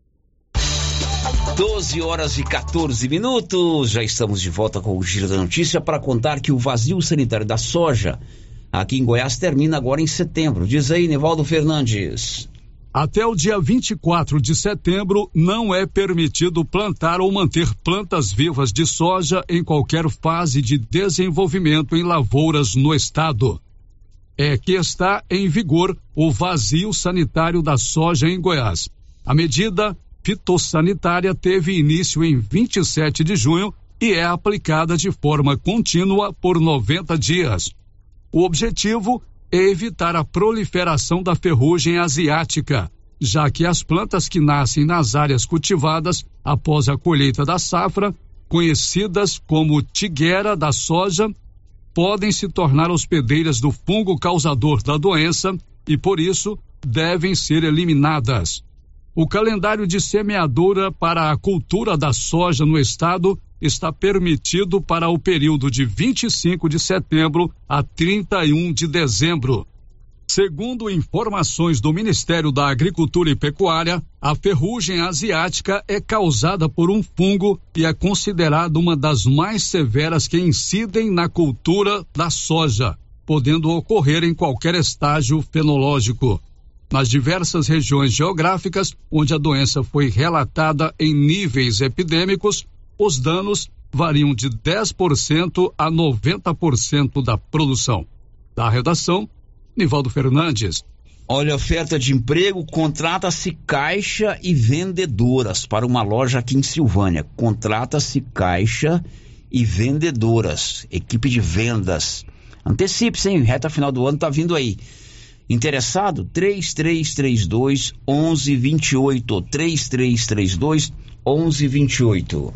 12h14. Já estamos de volta com o Giro da Notícia para contar que o vazio sanitário da soja aqui em Goiás termina agora em setembro. Diz aí, Nivaldo Fernandes. Até o dia 24 de setembro, não é permitido plantar ou manter plantas vivas de soja em qualquer fase de desenvolvimento em lavouras no estado. É que está em vigor o vazio sanitário da soja em Goiás. A medida fitossanitária teve início em 27 de junho e é aplicada de forma contínua por 90 dias. O objetivo é evitar a proliferação da ferrugem asiática, já que as plantas que nascem nas áreas cultivadas após a colheita da safra, conhecidas como tiguera da soja, podem se tornar hospedeiras do fungo causador da doença e, por isso, devem ser eliminadas. O calendário de semeadura para a cultura da soja no estado está permitido para o período de 25 de setembro a 31 de dezembro. Segundo informações do Ministério da Agricultura e Pecuária, a ferrugem asiática é causada por um fungo e é considerada uma das mais severas que incidem na cultura da soja, podendo ocorrer em qualquer estágio fenológico. Nas diversas regiões geográficas onde a doença foi relatada em níveis epidêmicos, os danos variam de 10% a 90% da produção. Da redação, Nivaldo Fernandes. Olha, oferta de emprego, contrata-se caixa e vendedoras para uma loja aqui em Silvânia. Contrata-se caixa e vendedoras, equipe de vendas. Antecipe-se, hein? Reta final do ano tá vindo aí. Interessado? 3332 1128. 3332 1128.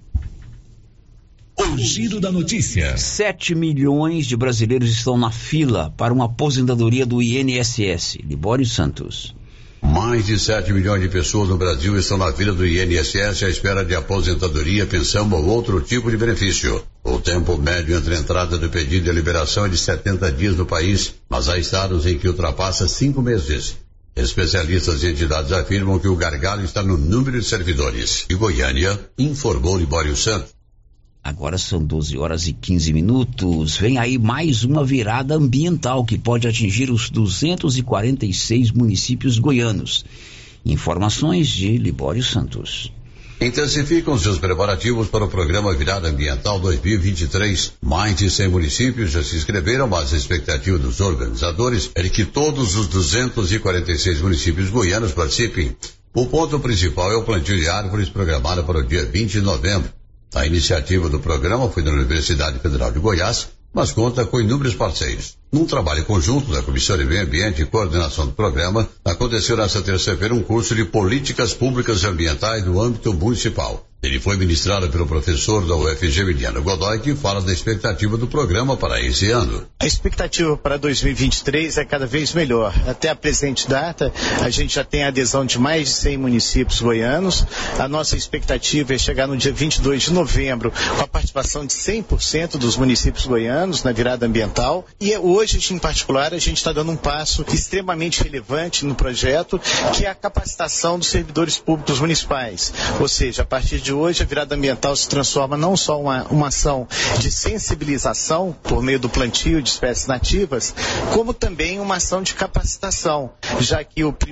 O Giro da Notícia. 7 milhões de brasileiros estão na fila para uma aposentadoria do INSS. Libório Santos. Mais de 7 milhões de pessoas no Brasil estão na fila do INSS à espera de aposentadoria, pensão ou outro tipo de benefício. O tempo médio entre a entrada do pedido e a liberação é de 70 dias no país, mas há estados em que ultrapassa 5 meses. Especialistas e entidades afirmam que o gargalo está no número de servidores. E Goiânia, informou Libório Santos. Agora são 12h15. Vem aí mais uma virada ambiental que pode atingir os 246 municípios goianos. Informações de Libório Santos. Intensificam seus preparativos para o programa Virada Ambiental 2023. Mais de 100 municípios já se inscreveram, mas a expectativa dos organizadores é de que todos os 246 municípios goianos participem. O ponto principal é o plantio de árvores programado para o dia 20 de novembro. A iniciativa do programa foi da Universidade Federal de Goiás, mas conta com inúmeros parceiros. Num trabalho conjunto da Comissão de Meio Ambiente e Coordenação do Programa, aconteceu nesta terça-feira um curso de Políticas Públicas Ambientais no âmbito municipal. Ele foi ministrado pelo professor da UFG, Miliano Godoy, que fala da expectativa do programa para esse ano. A expectativa para 2023 é cada vez melhor. Até a presente data, a gente já tem a adesão de mais de 100 municípios goianos. A nossa expectativa é chegar no dia 22 de novembro com a participação de 100% dos municípios goianos na virada ambiental. E hoje, em particular, a gente está dando um passo extremamente relevante no projeto, que é a capacitação dos servidores públicos municipais. Ou seja, a partir de hoje, a virada ambiental se transforma não só uma ação de sensibilização por meio do plantio de espécies nativas, como também uma ação de capacitação, já que o primeiro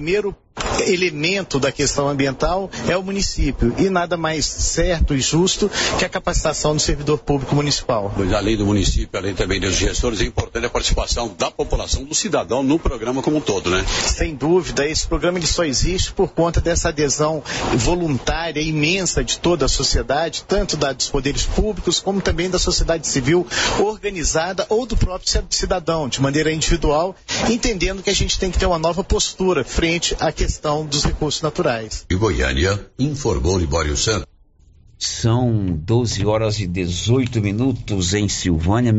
elemento da questão ambiental é o município, e nada mais certo e justo que a capacitação do servidor público municipal. Pois além do município, além também dos gestores, é importante a participação da população, do cidadão no programa como um todo, né? Sem dúvida, esse programa ele só existe por conta dessa adesão voluntária imensa de toda a sociedade, tanto dos poderes públicos como também da sociedade civil organizada ou do próprio cidadão, de maneira individual, entendendo que a gente tem que ter uma nova postura frente à questão dos recursos naturais. E Goiânia, informou Libório Santos. São 12 horas e 18 minutos em Silvânia,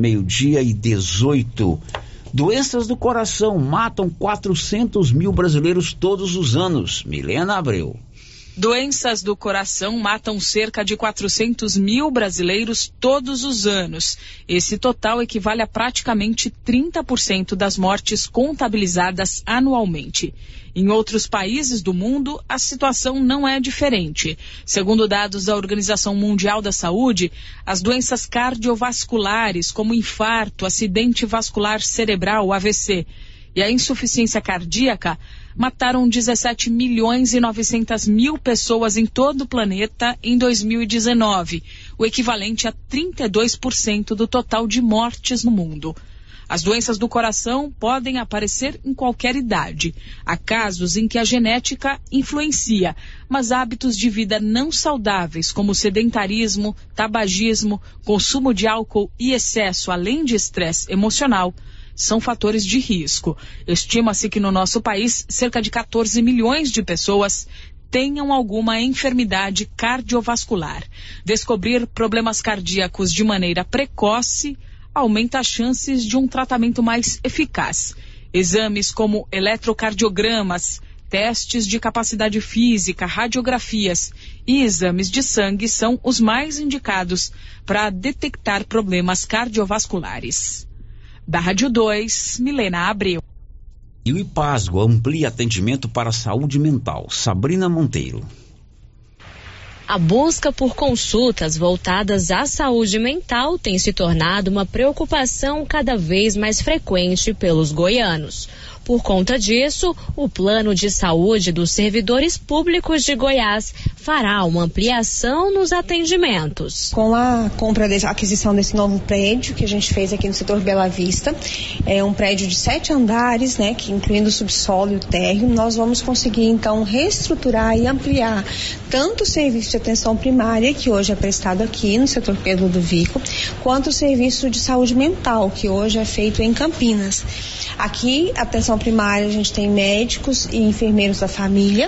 12:18. Doenças do coração matam 400 mil brasileiros todos os anos. Milena Abreu. Doenças do coração matam cerca de 400 mil brasileiros todos os anos. Esse total equivale a praticamente 30% das mortes contabilizadas anualmente. Em outros países do mundo, a situação não é diferente. Segundo dados da Organização Mundial da Saúde, as doenças cardiovasculares, como infarto, acidente vascular cerebral, AVC, e a insuficiência cardíaca, mataram 17 milhões e 900 mil pessoas em todo o planeta em 2019, o equivalente a 32% do total de mortes no mundo. As doenças do coração podem aparecer em qualquer idade. Há casos em que a genética influencia, mas hábitos de vida não saudáveis, como sedentarismo, tabagismo, consumo de álcool e excesso, além de estresse emocional, são fatores de risco. Estima-se que no nosso país, cerca de 14 milhões de pessoas tenham alguma enfermidade cardiovascular. Descobrir problemas cardíacos de maneira precoce aumenta as chances de um tratamento mais eficaz. Exames como eletrocardiogramas, testes de capacidade física, radiografias e exames de sangue são os mais indicados para detectar problemas cardiovasculares. Da Rádio 2, Milena Abreu. E o IPASGO amplia atendimento para a saúde mental. Sabrina Monteiro. A busca por consultas voltadas à saúde mental tem se tornado uma preocupação cada vez mais frequente pelos goianos. Por conta disso, o Plano de Saúde dos Servidores Públicos de Goiás fará uma ampliação nos atendimentos. Com a aquisição desse novo prédio que a gente fez aqui no setor Bela Vista, é um prédio de 7 andares, né, que incluindo o subsolo e o térreo, nós vamos conseguir então reestruturar e ampliar tanto o serviço de atenção primária, que hoje é prestado aqui no setor Pedro Ludovico, quanto o serviço de saúde mental, que hoje é feito em Campinas. Aqui, atenção primária, a gente tem médicos e enfermeiros da família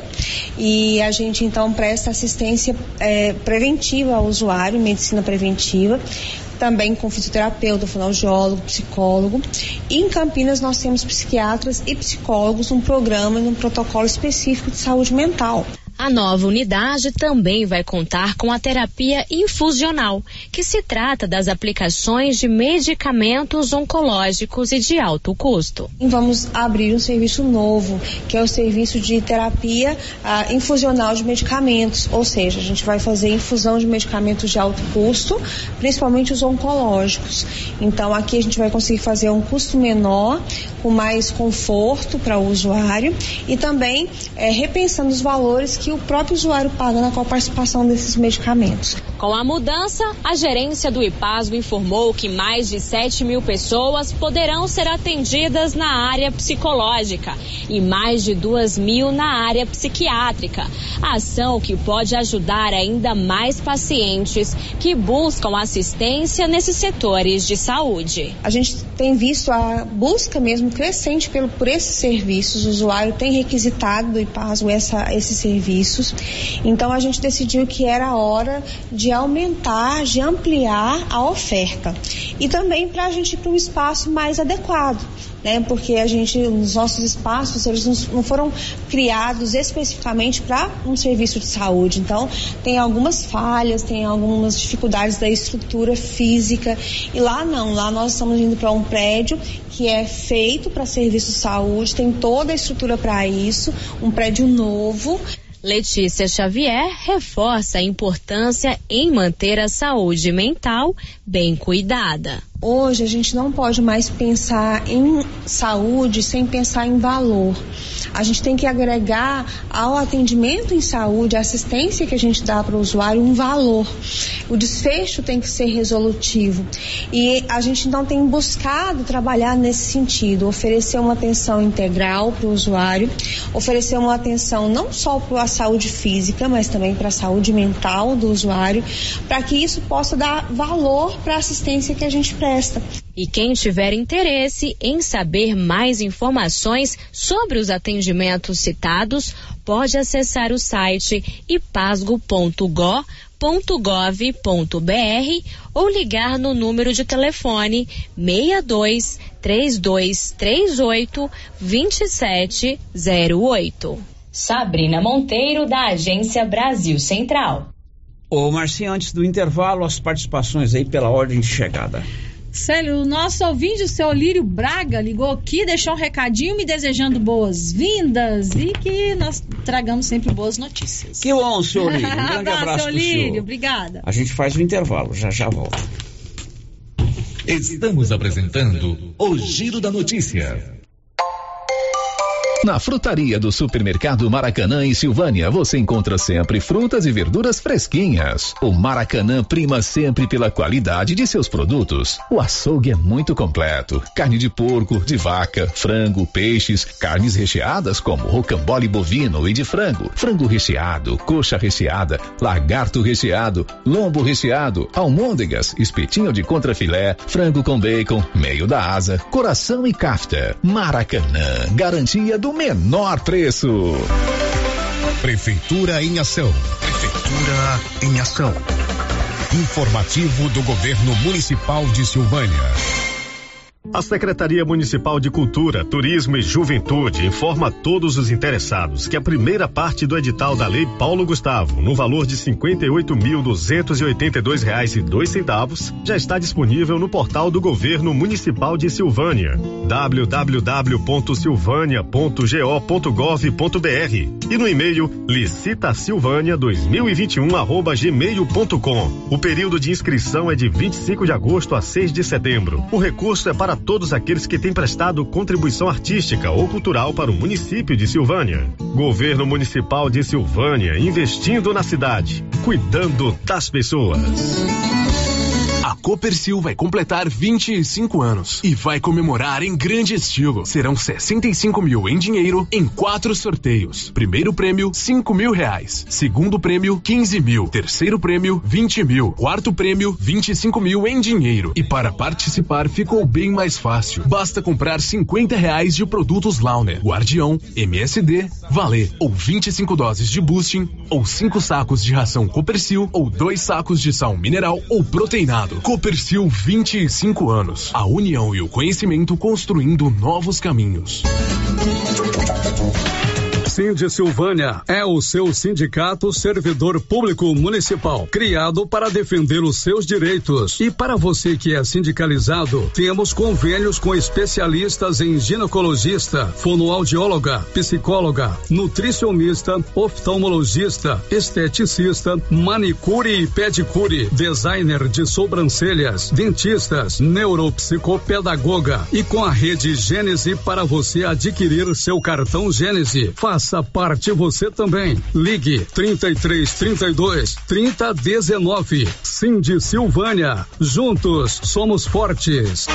e a gente então presta assistência preventiva ao usuário, medicina preventiva, também com fisioterapeuta, fonoaudiólogo, psicólogo. E em Campinas nós temos psiquiatras e psicólogos num programa e num protocolo específico de saúde mental. A nova unidade também vai contar com a terapia infusional, que se trata das aplicações de medicamentos oncológicos e de alto custo. Vamos abrir um serviço novo, que é o serviço de terapia infusional de medicamentos, ou seja, a gente vai fazer infusão de medicamentos de alto custo, principalmente os oncológicos. Então aqui a gente vai conseguir fazer um custo menor, com mais conforto para o usuário e também repensando os valores que o próprio usuário paga com a participação desses medicamentos. Com a mudança, a gerência do IPASGO informou que mais de 7 mil pessoas poderão ser atendidas na área psicológica e mais de 2 mil na área psiquiátrica. Ação que pode ajudar ainda mais pacientes que buscam assistência nesses setores de saúde. A gente tem visto a busca mesmo crescente por esses serviços. O usuário tem requisitado do IPASGO esses serviços. Então a gente decidiu que era a hora de aumentar, de ampliar a oferta. E também para a gente ir para um espaço mais adequado, né? Porque os nossos espaços, eles não foram criados especificamente para um serviço de saúde. Então tem algumas falhas, tem algumas dificuldades da estrutura física. E lá não, lá nós estamos indo para um prédio que é feito para serviço de saúde, tem toda a estrutura para isso, um prédio novo. Letícia Xavier reforça a importância em manter a saúde mental bem cuidada. Hoje a gente não pode mais pensar em saúde sem pensar em valor. A gente tem que agregar ao atendimento em saúde, a assistência que a gente dá para o usuário, um valor. O desfecho tem que ser resolutivo. E a gente então tem buscado trabalhar nesse sentido, oferecer uma atenção integral para o usuário, oferecer uma atenção não só para a saúde física, mas também para a saúde mental do usuário, para que isso possa dar valor para a assistência que a gente presta. E quem tiver interesse em saber mais informações sobre os atendimentos citados, pode acessar o site ipasgo.gov.br ou ligar no número de telefone 62 3238 2708. Sabrina Monteiro, da Agência Brasil Central. Ô Marcinho, antes do intervalo, as participações aí pela ordem de chegada. Célio, o nosso ouvinte, o seu Lírio Braga, ligou aqui, deixou um recadinho me desejando boas-vindas e que nós tragamos sempre boas notícias. Que bom, senhor Lírio. Um grande abraço pro Lírio, obrigada. A gente faz o intervalo, já volta. Estamos apresentando o Giro da Notícia. Na frutaria do Supermercado Maracanã, em Silvânia, você encontra sempre frutas e verduras fresquinhas. O Maracanã prima sempre pela qualidade de seus produtos. O açougue é muito completo. Carne de porco, de vaca, frango, peixes, carnes recheadas como rocambole bovino e de frango, frango recheado, coxa recheada, lagarto recheado, lombo recheado, almôndegas, espetinho de contrafilé, frango com bacon, meio da asa, coração e kafta. Maracanã, garantia do menor preço. Prefeitura em ação. Prefeitura em ação. Informativo do Governo Municipal de Silvânia. A Secretaria Municipal de Cultura, Turismo e Juventude informa a todos os interessados que a primeira parte do edital da Lei Paulo Gustavo, no valor de R$58.282,02, já está disponível no portal do Governo Municipal de Silvânia, www.silvania.go.gov.br, e no e-mail licitasilvania2021@gmail.com. O período de inscrição é de 25 de agosto a 6 de setembro. O recurso é para todos aqueles que têm prestado contribuição artística ou cultural para o município de Silvânia. Governo Municipal de Silvânia, investindo na cidade, cuidando das pessoas. A Copercil vai completar 25 anos e vai comemorar em grande estilo. Serão 65 mil em dinheiro em 4 sorteios. Primeiro prêmio, R$5.000. Segundo prêmio, 15 mil. Terceiro prêmio, 20 mil. Quarto prêmio, 25 mil em dinheiro. E para participar ficou bem mais fácil. Basta comprar R$50 de produtos Launer, Guardião, MSD, Valer, ou 25 doses de boosting, ou 5 sacos de ração Copercil, ou 2 sacos de sal mineral ou proteinado. Copercil, 25 anos. A união e o conhecimento construindo novos caminhos. Sindi Silvânia é o seu sindicato servidor público municipal, criado para defender os seus direitos. E para você que é sindicalizado, temos convênios com especialistas em ginecologista, fonoaudióloga, psicóloga, nutricionista, oftalmologista, esteticista, manicure e pedicure, designer de sobrancelhas, dentistas, neuropsicopedagoga e com a rede Gênese para você adquirir seu cartão Gênese. Faça parte você também. Ligue 3332 3019. Sindi Silvânia. Juntos somos fortes.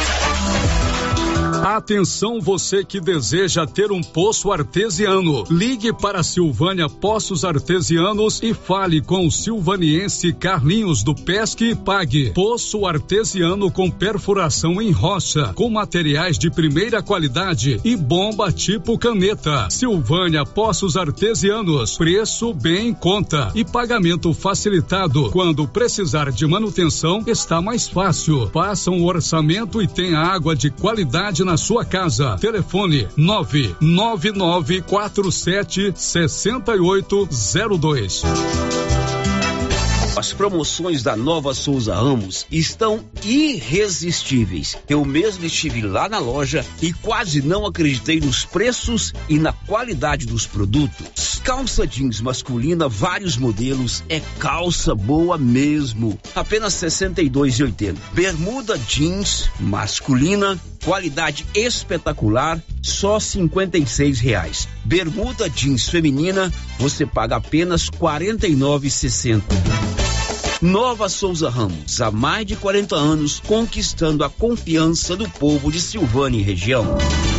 Atenção você que deseja ter um poço artesiano. Ligue para Silvânia Poços Artesianos e fale com o silvaniense Carlinhos do Pesque e Pague. Poço artesiano com perfuração em rocha, com materiais de primeira qualidade e bomba tipo caneta. Silvânia Poços Artesianos. Preço bem em conta e pagamento facilitado. Quando precisar de manutenção, está mais fácil. Faça um orçamento e tenha água de qualidade na sua casa. Telefone 999476802. As promoções da Nova Souza Ramos estão irresistíveis. Eu mesmo estive lá na loja e quase não acreditei nos preços e na qualidade dos produtos. Calça jeans masculina, vários modelos, é calça boa mesmo. Apenas R$ 62,80. Bermuda jeans masculina, qualidade espetacular, só R$ 56,00. Bermuda jeans feminina, você paga apenas R$ 49,60. Nova Souza Ramos, há mais de 40 anos, conquistando a confiança do povo de Silvânia e região.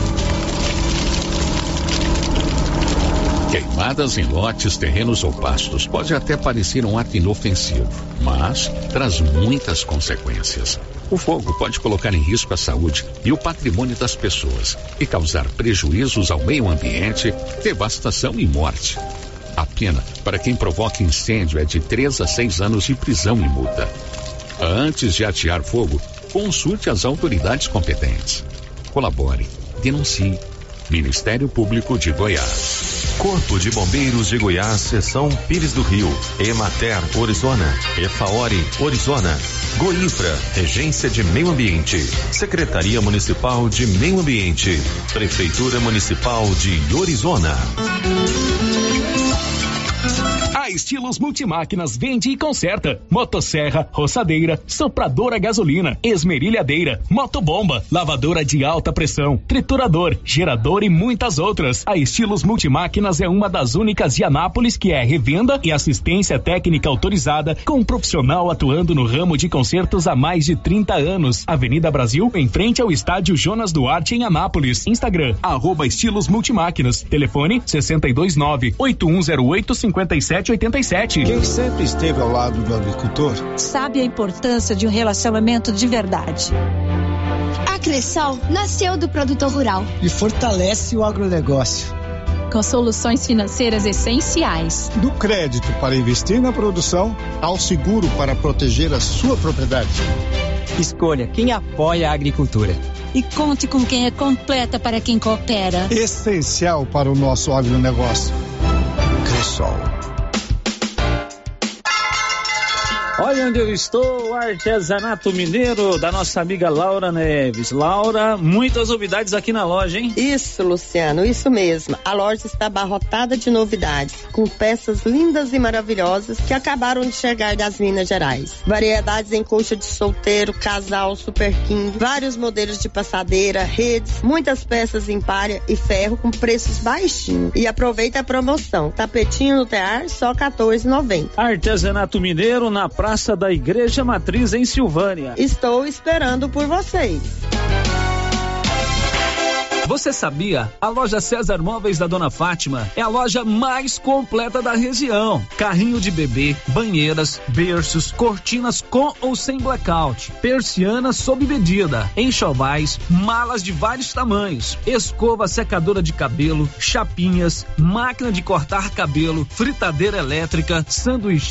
Queimadas em lotes, terrenos ou pastos pode até parecer um ato inofensivo, mas traz muitas consequências. O fogo pode colocar em risco a saúde e o patrimônio das pessoas e causar prejuízos ao meio ambiente, devastação e morte. A pena para quem provoca incêndio é de 3 a 6 anos de prisão e multa. Antes de atear fogo, consulte as autoridades competentes. Colabore, denuncie. Ministério Público de Goiás. Corpo de Bombeiros de Goiás, Seção Pires do Rio, Emater, Orizona, Efaori, Orizona, Goinfra, Regência de Meio Ambiente, Secretaria Municipal de Meio Ambiente, Prefeitura Municipal de Orizona. A Estilos Multimáquinas vende e conserta motosserra, roçadeira, sopradora gasolina, esmerilhadeira, motobomba, lavadora de alta pressão, triturador, gerador e muitas outras. A Estilos Multimáquinas é uma das únicas de Anápolis que é revenda e assistência técnica autorizada, com um profissional atuando no ramo de consertos há mais de 30 anos. Avenida Brasil, em frente ao estádio Jonas Duarte, em Anápolis. Instagram, @Estilos Multimáquinas. Telefone 629-8108-5787. Quem sempre esteve ao lado do agricultor sabe a importância de um relacionamento de verdade. A Cressol nasceu do produtor rural e fortalece o agronegócio com soluções financeiras essenciais. Do crédito para investir na produção ao seguro para proteger a sua propriedade. Escolha quem apoia a agricultura. E conte com quem é completa para quem coopera. Essencial para o nosso agronegócio. Cressol. Olha onde eu estou, artesanato mineiro da nossa amiga Laura Neves. Laura, muitas novidades aqui na loja, hein? Isso, Luciano, isso mesmo. A loja está abarrotada de novidades, com peças lindas e maravilhosas que acabaram de chegar das Minas Gerais. Variedades em colcha de solteiro, casal, super king, vários modelos de passadeira, redes, muitas peças em palha e ferro com preços baixinhos. E aproveita a promoção. Tapetinho no tear, só R$14,90. Artesanato mineiro na Praça da Igreja Matriz, em Silvânia. Estou esperando por vocês. Você sabia? A loja César Móveis da Dona Fátima é a loja mais completa da região. Carrinho de bebê, banheiras, berços, cortinas com ou sem blackout, persianas sob medida, enxovais, malas de vários tamanhos, escova secadora de cabelo, chapinhas, máquina de cortar cabelo, fritadeira elétrica, sanduíche